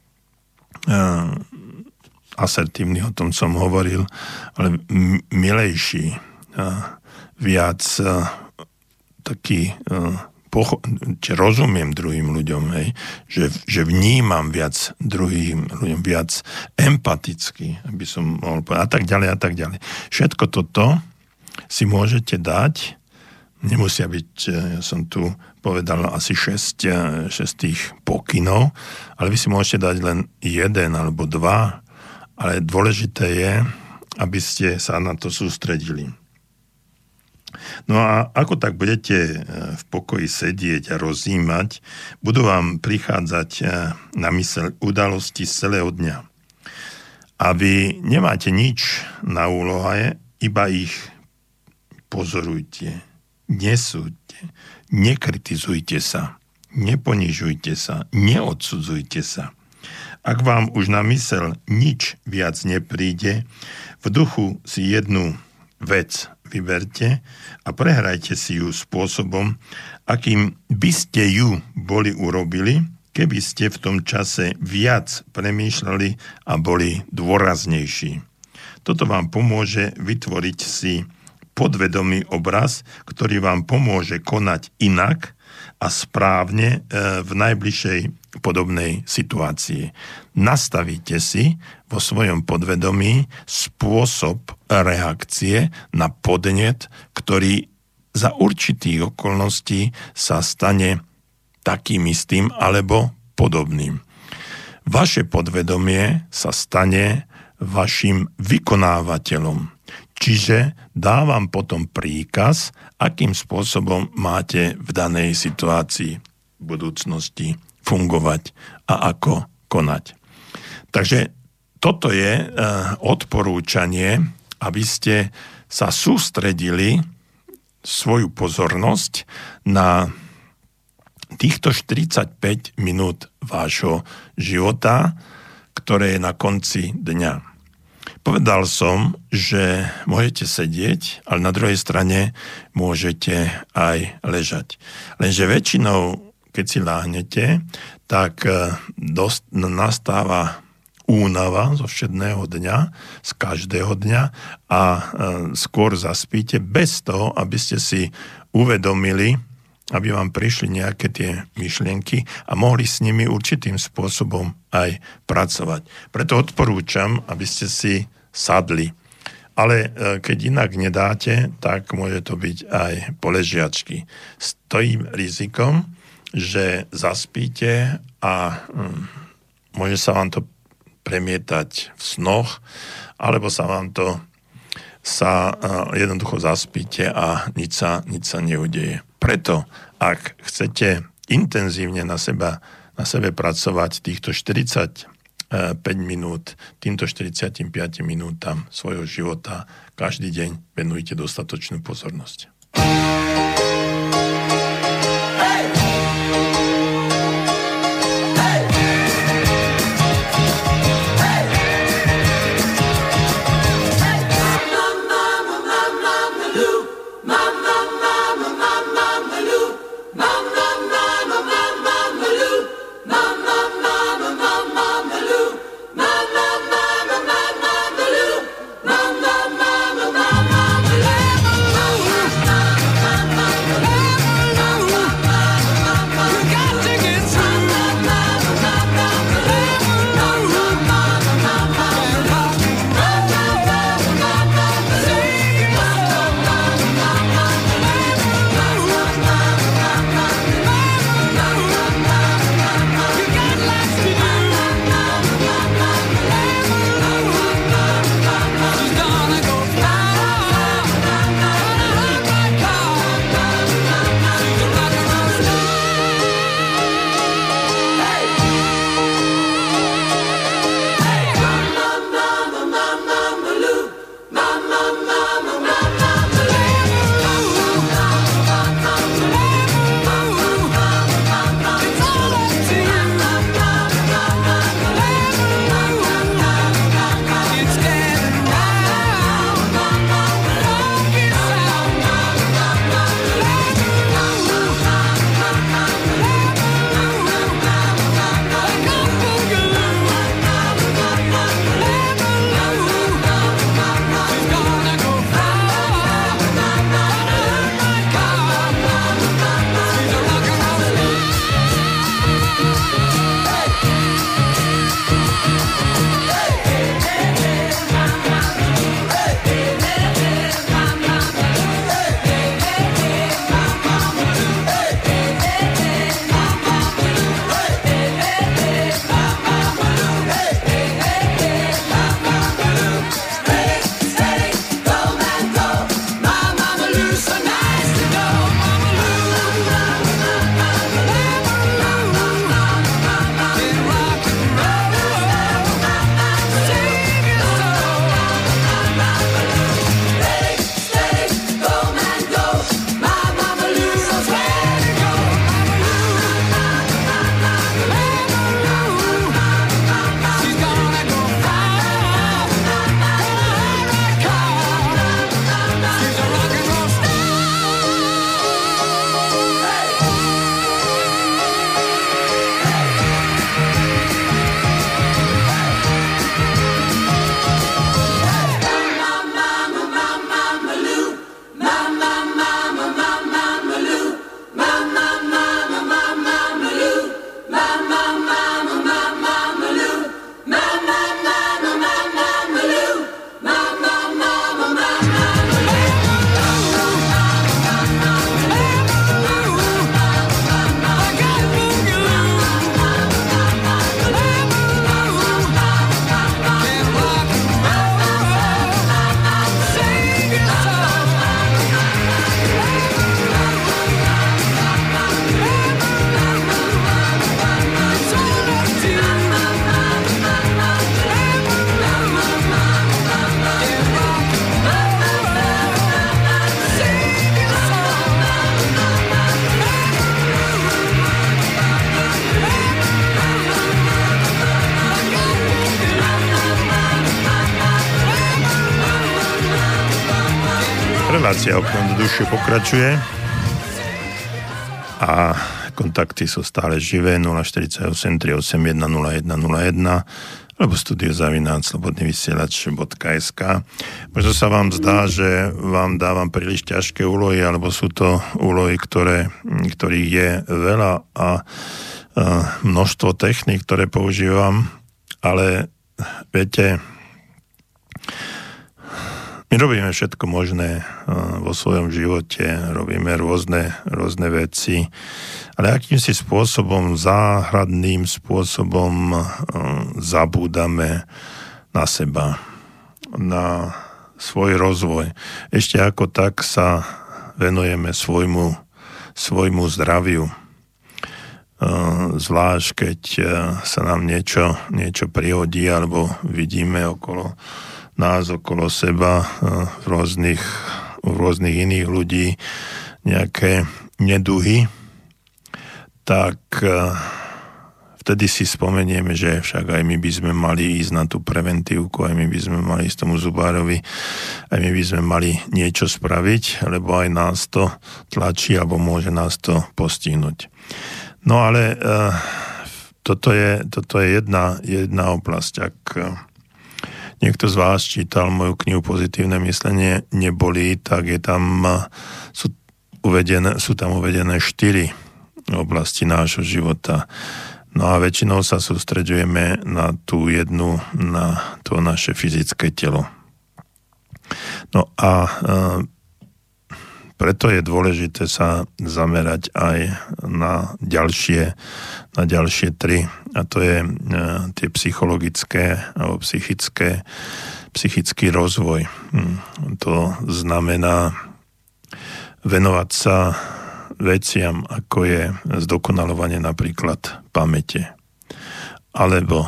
S1: asertívny, o tom som hovoril, ale milejší, viac taký, či rozumiem druhým ľuďom, hej, že vnímam viac druhým ľuďom, viac empaticky, aby som mohol povedať, a tak ďalej. Všetko toto si môžete dať, nemusia byť, ja som tu povedal asi 6 tých pokynov, ale vy si môžete dať len 1 alebo 2, ale dôležité je, aby ste sa na to sústredili. No a ako tak budete v pokoji sedieť a rozjímať, budú vám prichádzať na myseľ udalosti z celého dňa. A vy nemáte nič na úlohe, iba ich pozorujte, nesúďte, nekritizujte sa, neponižujte sa, neodsudzujte sa. Ak vám už na myseľ nič viac nepríde, v duchu si jednu vec vyberte a prehrajte si ju spôsobom, akým by ste ju boli urobili, keby ste v tom čase viac premýšľali a boli dôraznejší. Toto vám pomôže vytvoriť si podvedomý obraz, ktorý vám pomôže konať inak a správne v najbližšej podobnej situácii. Nastavíte si vo svojom podvedomí spôsob reakcie na podnet, ktorý za určitých okolností sa stane takým istým alebo podobným. Vaše podvedomie sa stane vašim vykonávateľom. Čiže dávam potom príkaz, akým spôsobom máte v danej situácii v budúcnosti fungovať a ako konať. Takže toto je odporúčanie, aby ste sa sústredili svoju pozornosť na týchto 45 minút vášho života, ktoré je na konci dňa. Povedal som, že môžete sedieť, ale na druhej strane môžete aj ležať. Lenže väčšinou, keď si láhnete, tak nastáva únava zo všedného dňa, z každého dňa a skôr zaspíte bez toho, aby ste si uvedomili, aby vám prišli nejaké tie myšlienky a mohli s nimi určitým spôsobom aj pracovať. Preto odporúčam, aby ste si sadli. Ale keď inak nedáte, tak môže to byť aj poležiačky. Stojí rizikom, že zaspíte a môže sa vám to premietať v snoch, alebo sa vám to jednoducho zaspíte a nič sa neudeje. Preto, ak chcete intenzívne na sebe pracovať týchto 45 minút, týmto 45 minútam svojho života, každý deň venujte dostatočnú pozornosť. Relácia Okno do duše pokračuje a kontakty sú stále živé 048 381 0101 alebo studio@slobodnyvysielac.sk. Možno sa vám zdá, že vám dávam príliš ťažké úlohy, alebo sú to úlohy, ktorých je veľa a množstvo techník, ktoré používam, ale viete, my robíme všetko možné vo svojom živote, robíme rôzne veci, ale akýmsi spôsobom, záhradným spôsobom zabúdame na seba, na svoj rozvoj. Ešte ako tak sa venujeme svojmu zdraviu. Zvlášť, keď sa nám niečo prihodí, alebo vidíme okolo nás, okolo seba, v rôznych iných ľudí nejaké neduhy, tak vtedy si spomenieme, že však aj my by sme mali ísť na tú preventívku, aj my by sme mali ísť tomu zubárovi, aj my by sme mali niečo spraviť, lebo aj nás to tlačí, alebo môže nás to postihnúť. No ale toto je jedna oblasť. Ak niekto z vás čítal moju knihu Pozitívne myslenie nebolí, tak sú tam uvedené 4 oblasti nášho života. No a väčšinou sa sústreďujeme na tú jednu, na to naše fyzické telo. No a preto je dôležité sa zamerať aj na ďalšie 3, a to je tie psychologické alebo psychický rozvoj. To znamená venovať sa veciam, ako je zdokonalovanie napríklad pamäte, alebo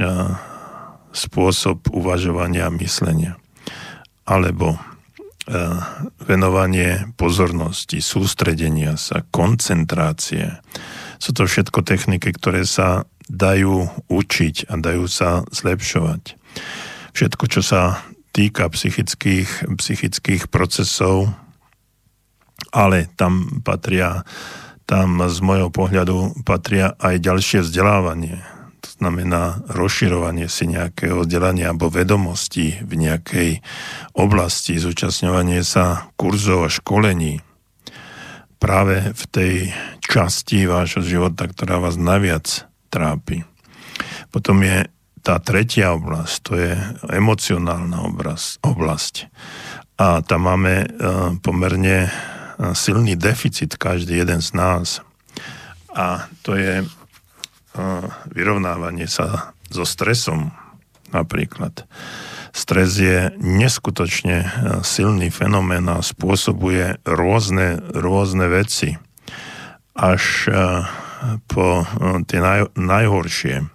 S1: spôsob uvažovania a myslenia, alebo venovanie pozornosti, sústredenia sa, koncentrácie. Sú to všetko techniky, ktoré sa dajú učiť a dajú sa zlepšovať. Všetko, čo sa týka psychických procesov, ale tam z môjho pohľadu patria aj ďalšie vzdelávanie. To znamená rozširovanie si nejakého vzdelania alebo vedomostí v nejakej oblasti, zúčastňovanie sa kurzov a školení práve v tej časti vášho života, ktorá vás najviac trápi. Potom je tá tretia oblasť, to je emocionálna oblasť. A tam máme pomerne silný deficit, každý jeden z nás. A to je vyrovnávanie sa so stresom napríklad. Stres je neskutočne silný fenomén a spôsobuje rôzne veci. Až po tie najhoršie.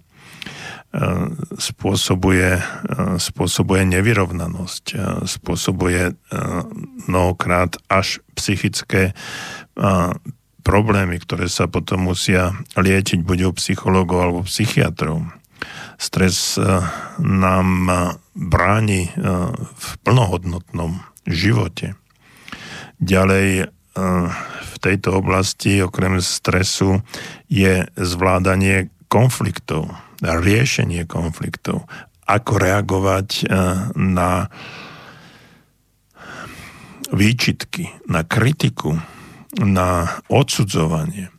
S1: Spôsobuje nevyrovnanosť, spôsobuje mnohokrát až psychické problémy, ktoré sa potom musia liečiť buď u psychológov alebo psychiatrov. Stres nám bráni v plnohodnotnom živote. Ďalej v tejto oblasti okrem stresu je zvládanie konfliktov, riešenie konfliktov, ako reagovať na výčitky, na kritiku, na odsudzovanie.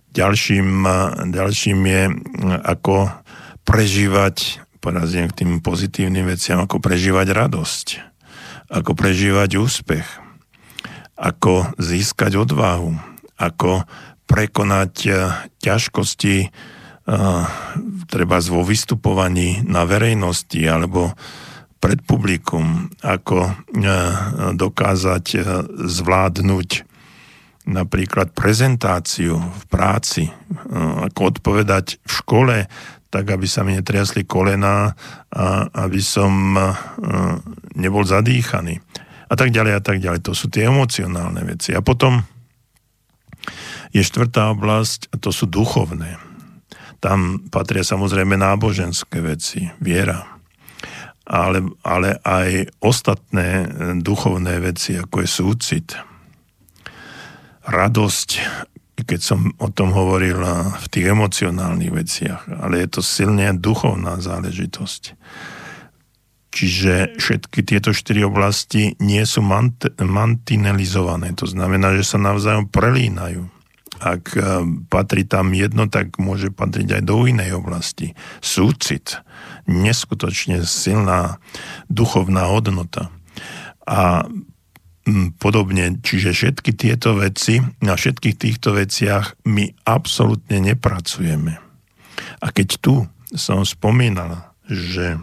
S1: Ďalším je, ako prežívať, porazím k tým pozitívnym veciam, ako prežívať radosť, ako prežívať úspech, ako získať odvahu, ako prekonať ťažkosti treba vo vystupovaní na verejnosti alebo pred publikum, ako dokázať zvládnuť napríklad prezentáciu v práci, ako odpovedať v škole, tak aby sa mi netriasli kolená a aby som nebol zadýchaný. A tak ďalej, a tak ďalej. To sú tie emocionálne veci. A potom je štvrtá oblasť, a to sú duchovné. Tam patria samozrejme náboženské veci, viera. ale aj ostatné duchovné veci, ako je súcit, radosť, keď som o tom hovoril v tých emocionálnych veciach, ale je to silne duchovná záležitosť. Čiže všetky tieto 4 oblasti nie sú mantinelizované. To znamená, že sa navzájom prelínajú. Ak patrí tam jedno, tak môže patriť aj do inej oblasti. Súcit, neskutočne silná duchovná hodnota. A podobne, čiže všetky tieto veci, na všetkých týchto veciach my absolútne nepracujeme. A keď tu som spomínal, že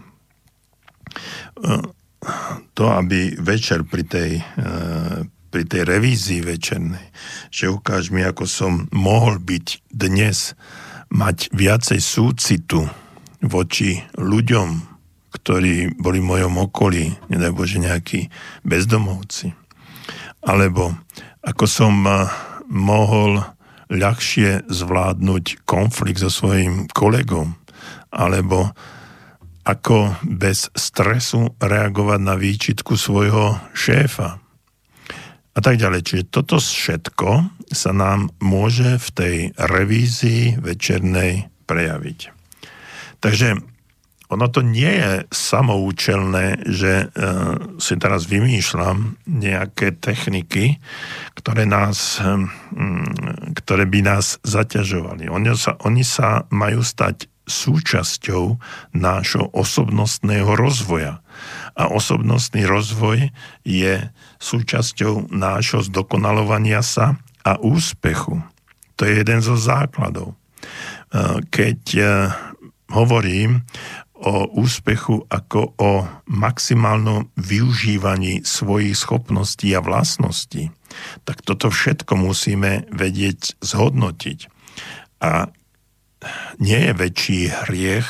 S1: to, aby večer pri tej revízii večernej, že ukáž mi, ako som mohol byť dnes, mať viacej súcitu voči ľuďom, ktorí boli v mojom okolí, nedaj Bože nejakí bezdomovci, alebo ako som mohol ľahšie zvládnuť konflikt so svojím kolegom, alebo ako bez stresu reagovať na výčitku svojho šéfa. A tak ďalej. Čiže toto všetko sa nám môže v tej revízii večernej prejaviť. Takže ono to nie je samoučelné, že si teraz vymýšľam nejaké techniky, ktoré by nás zaťažovali. Oni sa majú stať súčasťou nášho osobnostného rozvoja. A osobnostný rozvoj je súčasťou nášho zdokonalovania sa a úspechu. To je jeden zo základov. Keď hovorím o úspechu ako o maximálnom využívaní svojich schopností a vlastností, tak toto všetko musíme vedieť zhodnotiť. A nie je väčší hriech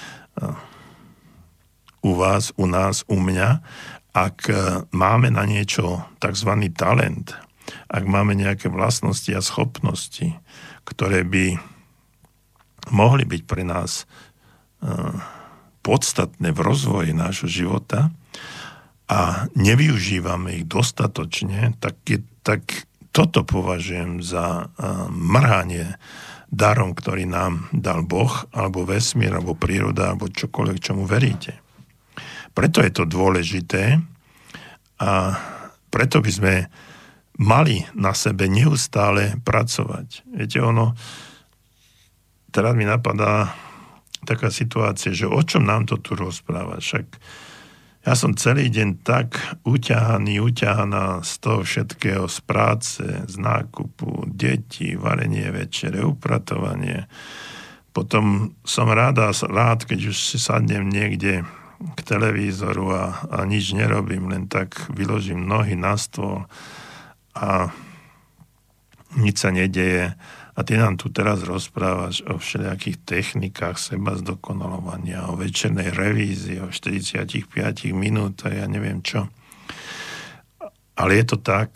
S1: u vás, u nás, u mňa, ak máme na niečo tzv. Talent, ak máme nejaké vlastnosti a schopnosti, ktoré by mohli byť pre nás podstatné v rozvoji nášho života a nevyužívame ich dostatočne, tak toto považujem za mrhanie darom, ktorý nám dal Boh, alebo vesmír, alebo príroda, alebo čokoľvek, čomu veríte. Preto je to dôležité a preto by sme mali na sebe neustále pracovať. Viete, teraz mi napadá taká situácia, že o čom nám to tu rozpráva? Však ja som celý deň tak uťahaná z toho všetkého, z práce, z nákupu, detí, varenie večere, upratovanie. Potom som rád, keď už si sadnem niekde k televízoru a nič nerobím, len tak vyložím nohy na stôl a nič sa nedeje. A ty nám tu teraz rozprávaš o všelijakých technikách seba zdokonalovania, o večernej revízii, o 45 minútach, ja neviem čo. Ale je to tak,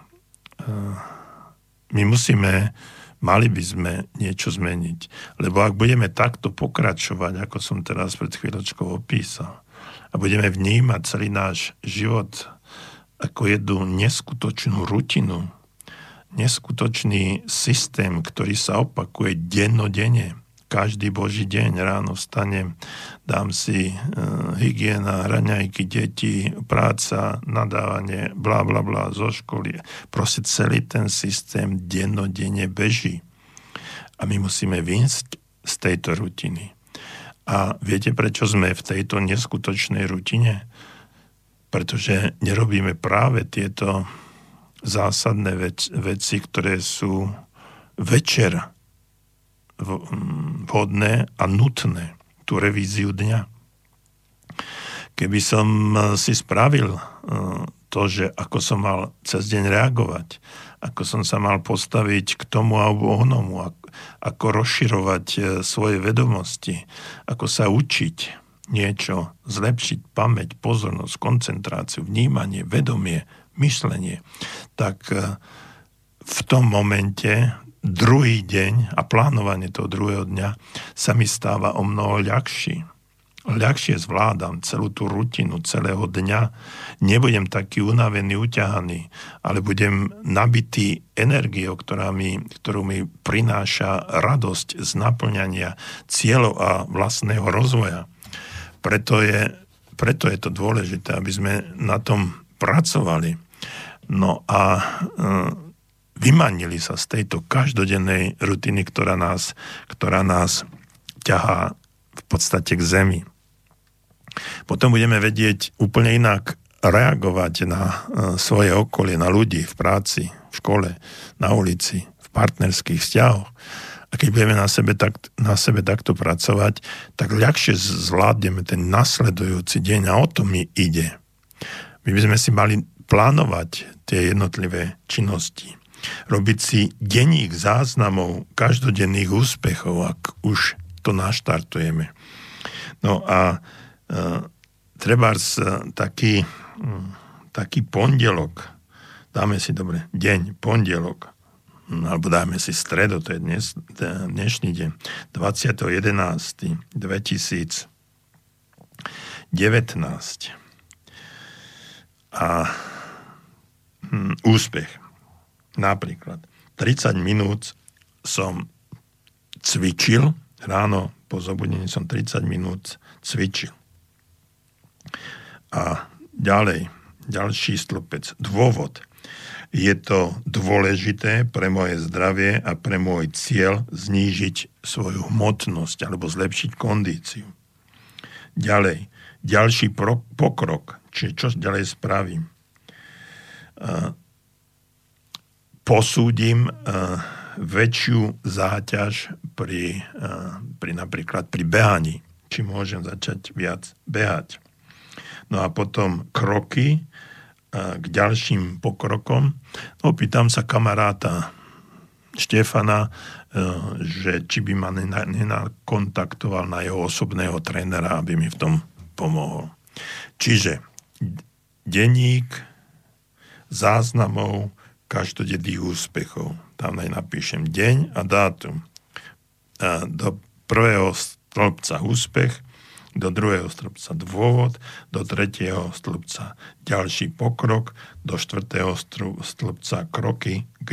S1: mali by sme niečo zmeniť. Lebo ak budeme takto pokračovať, ako som teraz pred chvíľočkou opísal, a budeme vnímať celý náš život ako jednu neskutočnú rutinu, neskutočný systém, ktorý sa opakuje dennodenne. Každý boží deň ráno vstanem, dám si hygiena, raňajky, deti, práca, nadávanie, bla bla bla zo školy. Proste celý ten systém dennodenne beží. A my musíme vyjsť z tejto rutiny. A viete, prečo sme v tejto neskutočnej rutine? Pretože nerobíme práve tieto zásadné veci, ktoré sú večer vhodné a nutné, tú revíziu dňa. Keby som si spravil to, že ako som mal cez deň reagovať, ako som sa mal postaviť k tomu alebo onomu, ako rozširovať svoje vedomosti, ako sa učiť niečo, zlepšiť pamäť, pozornosť, koncentráciu, vnímanie, vedomie, myslenie, tak v tom momente druhý deň a plánovanie toho druhého dňa sa mi stáva o mnoho ľahší. ľahšie zvládam celú tú rutinu celého dňa, nebudem taký unavený, uťahaný, ale budem nabitý energiou, ktorú mi prináša radosť z naplňania cieľov a vlastného rozvoja. Preto je to dôležité, aby sme na tom pracovali. No a vymanili sa z tejto každodennej rutiny, ktorá nás ťahá v podstate k zemi. Potom budeme vedieť úplne inak reagovať na svoje okolie, na ľudí v práci, v škole, na ulici, v partnerských vzťahoch. A keď budeme na sebe takto pracovať, tak ľahšie zvládneme ten nasledujúci deň a o to mi ide. My by sme si mali plánovať tie jednotlivé činnosti. Robiť si denník záznamov každodenných úspechov, ak už to naštartujeme. No a trebárs taký pondelok, dáme si dobre, deň, pondelok, alebo dáme si stredu, to je dnešný deň, 20.11.2019. A úspech. Napríklad 30 minút som cvičil, ráno po zobudení som 30 minút cvičil. A ďalší stĺpec, dôvod. Je to dôležité pre moje zdravie a pre môj cieľ znížiť svoju hmotnosť alebo zlepšiť kondíciu. Ďalší pokrok, čiže čo ďalej spravím. Posúdim väčšiu záťaž pri napríklad pri behaní, či môžem začať viac behať. No a potom kroky k ďalším pokrokom. No, pýtam sa kamaráta Štefana, že či by ma nenakontaktoval na jeho osobného trénera, aby mi v tom pomohol. Čiže denník záznamov každodenných úspechov. Tam aj napíšem deň a dátum. Do prvého stĺpca úspech, do druhého stĺpca dôvod, do tretieho stĺpca ďalší pokrok, do štvrtého stĺpca kroky k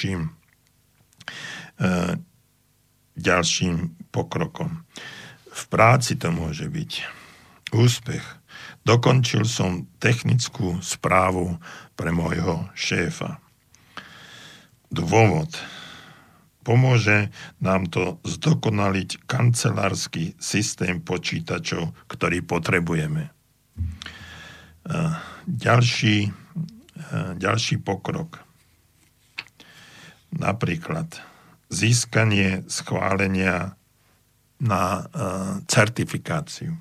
S1: ďalším pokrokom. V práci to môže byť úspech. Dokončil som technickú správu pre môjho šéfa. Dôvod. Pomôže nám to zdokonaliť kancelársky systém počítačov, ktorý potrebujeme. Ďalší pokrok. Napríklad získanie schválenia na certifikáciu.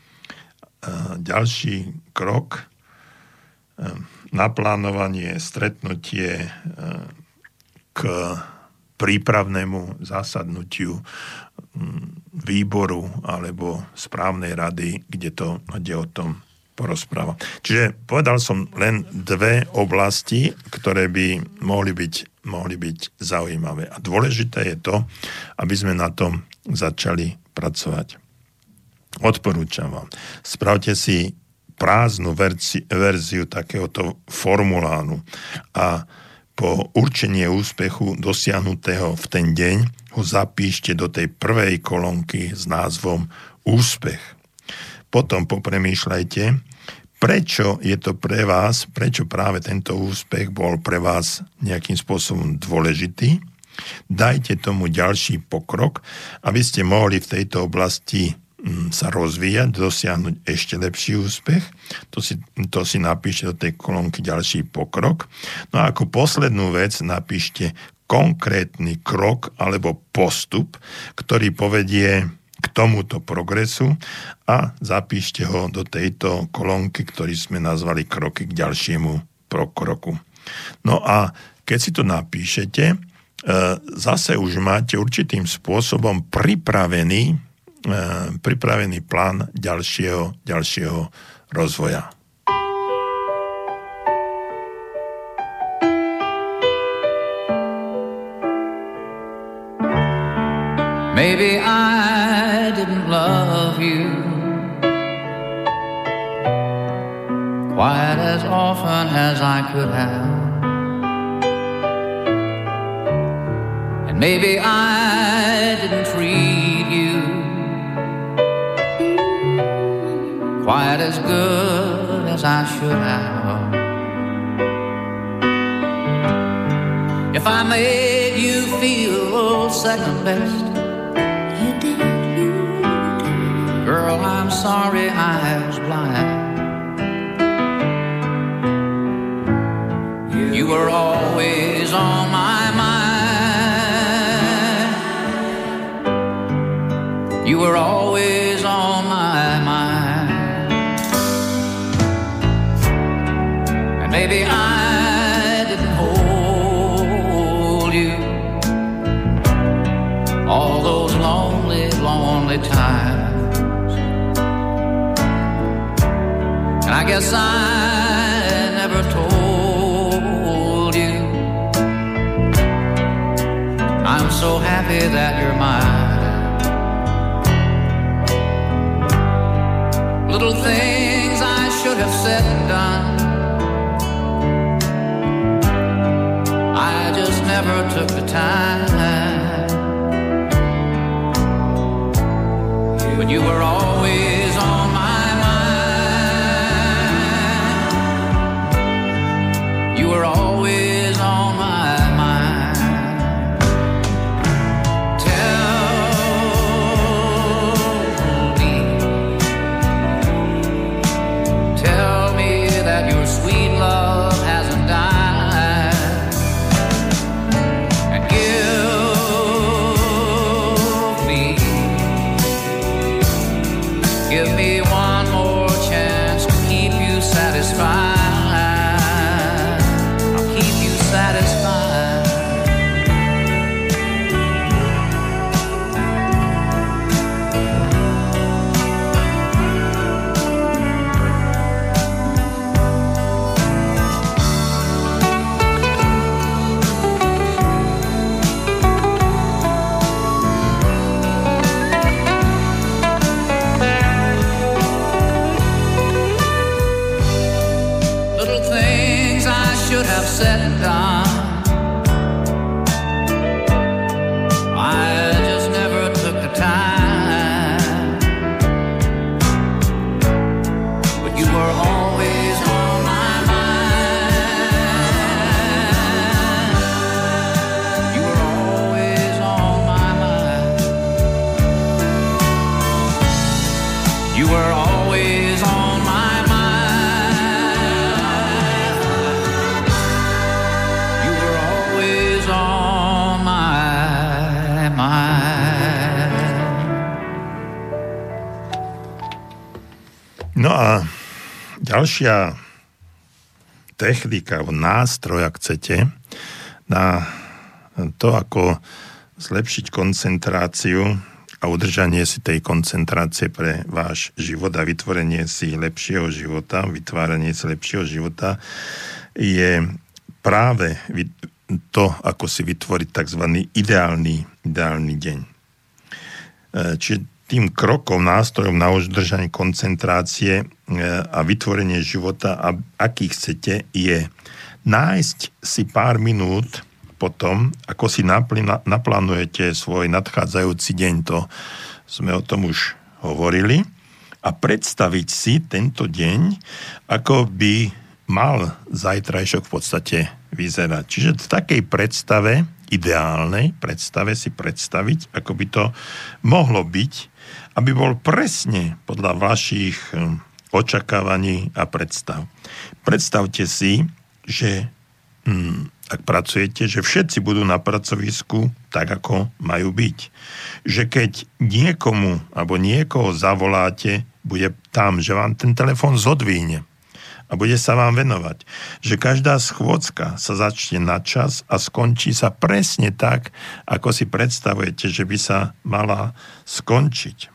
S1: Ďalší krok. Naplánovanie, stretnutie k prípravnému zasadnutiu výboru alebo správnej rady, kde o tom porozpráva. Čiže povedal som len dve oblasti, ktoré by mohli byť zaujímavé. A dôležité je to, aby sme na tom začali pracovať. Odporúčam vám. Spravte si prázdnu verziu takéhoto formuláru a po určenie úspechu dosiahnutého v ten deň ho zapíšte do tej prvej kolónky s názvom úspech. Potom popremýšľajte, prečo je to pre vás, prečo práve tento úspech bol pre vás nejakým spôsobom dôležitý. Dajte tomu ďalší pokrok, aby ste mohli v tejto oblasti sa rozvíjať, dosiahnuť ešte lepší úspech. To si napíšte do tej kolónky ďalší pokrok. No a ako poslednú vec napíšte konkrétny krok alebo postup, ktorý povedie k tomuto progresu a zapíšte ho do tejto kolónky, ktorý sme nazvali kroky k ďalšiemu pokroku. No a keď si to napíšete, zase už máte určitým spôsobom pripravený plán ďalšieho rozvoja.
S5: Maybe I didn't love you as I could have. And maybe I didn't treat you quite as good as I should have. If I made you feel second best,
S6: You did.
S5: girl, I'm sorry I was blind. You were always on my mind. You were always on my mind. And maybe I didn't hold you all those lonely, lonely times. And I guess I never told you I'm so happy that you're mine. Little things I should have said and done, I just never took the time. But you were always on my mind. You were always on my mind. Tell me that your sweet love hasn't died. And give me one more chance to keep you satisfied. I'll keep you satisfied. Little things I should have said and done, I just never took the time. But you were always on my mind. You were always on my mind. You were always on my mind. You were always on my mind.
S1: No a ďalšia technika, nástroj, ak chcete, na to, ako zlepšiť koncentráciu a udržanie si tej koncentrácie pre váš život a vytvorenie si lepšieho života, vytváranie si lepšieho života, je práve to, ako si vytvoriť tzv. ideálny deň. Čiže tým krokom, nástrojom na udržanie koncentrácie a vytvorenie života, aký chcete, je nájsť si pár minút potom, ako si naplánujete svoj nadchádzajúci deň, to sme o tom už hovorili, a predstaviť si tento deň, ako by mal zajtrajšok v podstate vyzerať. Čiže v takej predstave, ideálnej predstave si predstaviť, ako by to mohlo byť, aby bol presne podľa vašich očakávaní a predstav. Predstavte si, že ak pracujete, že všetci budú na pracovisku tak, ako majú byť. Že keď niekomu alebo niekoho zavoláte, bude tam, že vám ten telefón zodvíne a bude sa vám venovať. Že každá schôdzka sa začne na čas a skončí sa presne tak, ako si predstavujete, že by sa mala skončiť.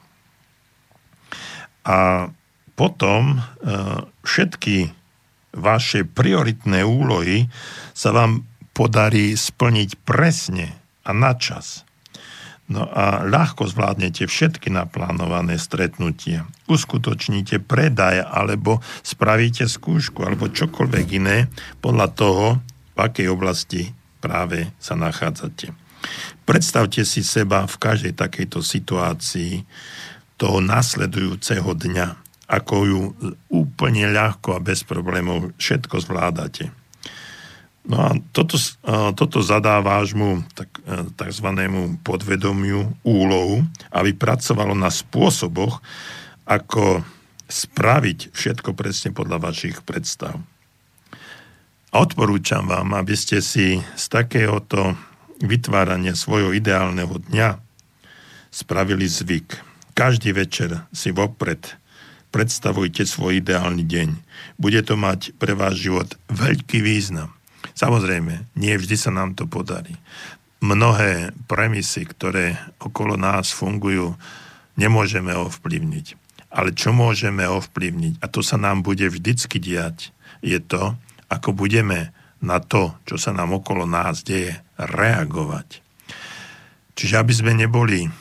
S1: A potom všetky vaše prioritné úlohy sa vám podarí splniť presne a na čas. No a ľahko zvládnete všetky naplánované stretnutie. Uskutočníte predaj, alebo spravíte skúšku, alebo čokoľvek iné podľa toho, v akej oblasti práve sa nachádzate. Predstavte si seba v každej takejto situácii toho nasledujúceho dňa, ako ju úplne ľahko a bez problémov všetko zvládate. No a toto zadá vášmu takzvanému podvedomiu úlohu, aby pracovalo na spôsoboch, ako spraviť všetko presne podľa vašich predstav. A odporúčam vám, aby ste si z takéhoto vytvárania svojho ideálneho dňa spravili zvyk. Každý večer si vopred predstavujte svoj ideálny deň. Bude to mať pre váš život veľký význam. Samozrejme, nie vždy sa nám to podarí. Mnohé premisy, ktoré okolo nás fungujú, nemôžeme ovplyvniť. Ale čo môžeme ovplyvniť, a to sa nám bude vždycky diať, je to, ako budeme na to, čo sa nám okolo nás deje, reagovať. Čiže aby sme neboli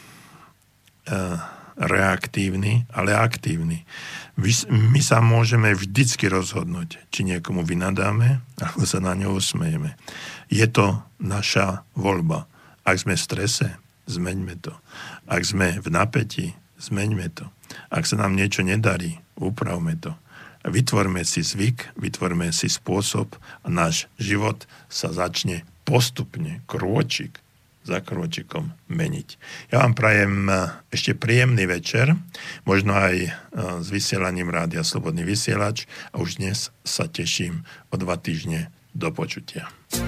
S1: reaktívni, ale aktívni. My sa môžeme vždycky rozhodnúť, či niekomu vynadáme, alebo sa na ňo usmejeme. Je to naša voľba. Ak sme v strese, zmeňme to. Ak sme v napätí, zmeňme to. Ak sa nám niečo nedarí, upravme to. Vytvorme si zvyk, vytvorme si spôsob a náš život sa začne postupne, krôčik za krôčikom meniť. Ja vám prajem ešte príjemný večer, možno aj s vysielaním Rádia Slobodný vysielač a už dnes sa teším o 2 týždne do počutia.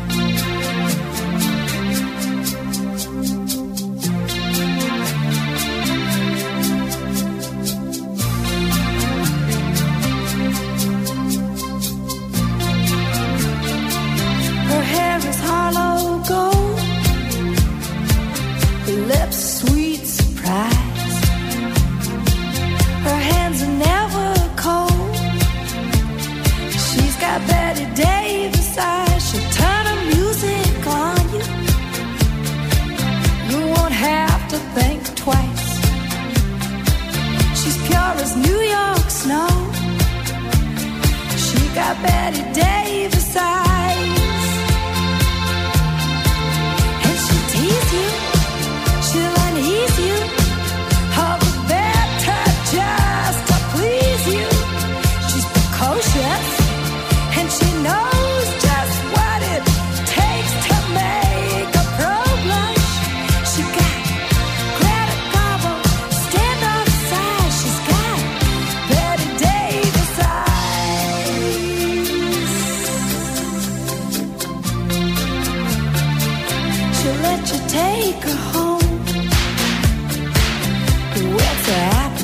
S4: Her hair is hollow gold, lips sweet surprise. Her hands are never cold. She's got Betty Davis eyes. She'll turn her music on you. You won't have to think twice. She's pure as New York snow. She got Betty Davis eyes. And she'll tease you, she'll unease you, all the better just to please you. She's precocious, and she knows just what it takes to make a pro blush. She got Greta Garbo, stand on side. She's got Betty Davis eyes. She'll let you take her home. What's her appetite?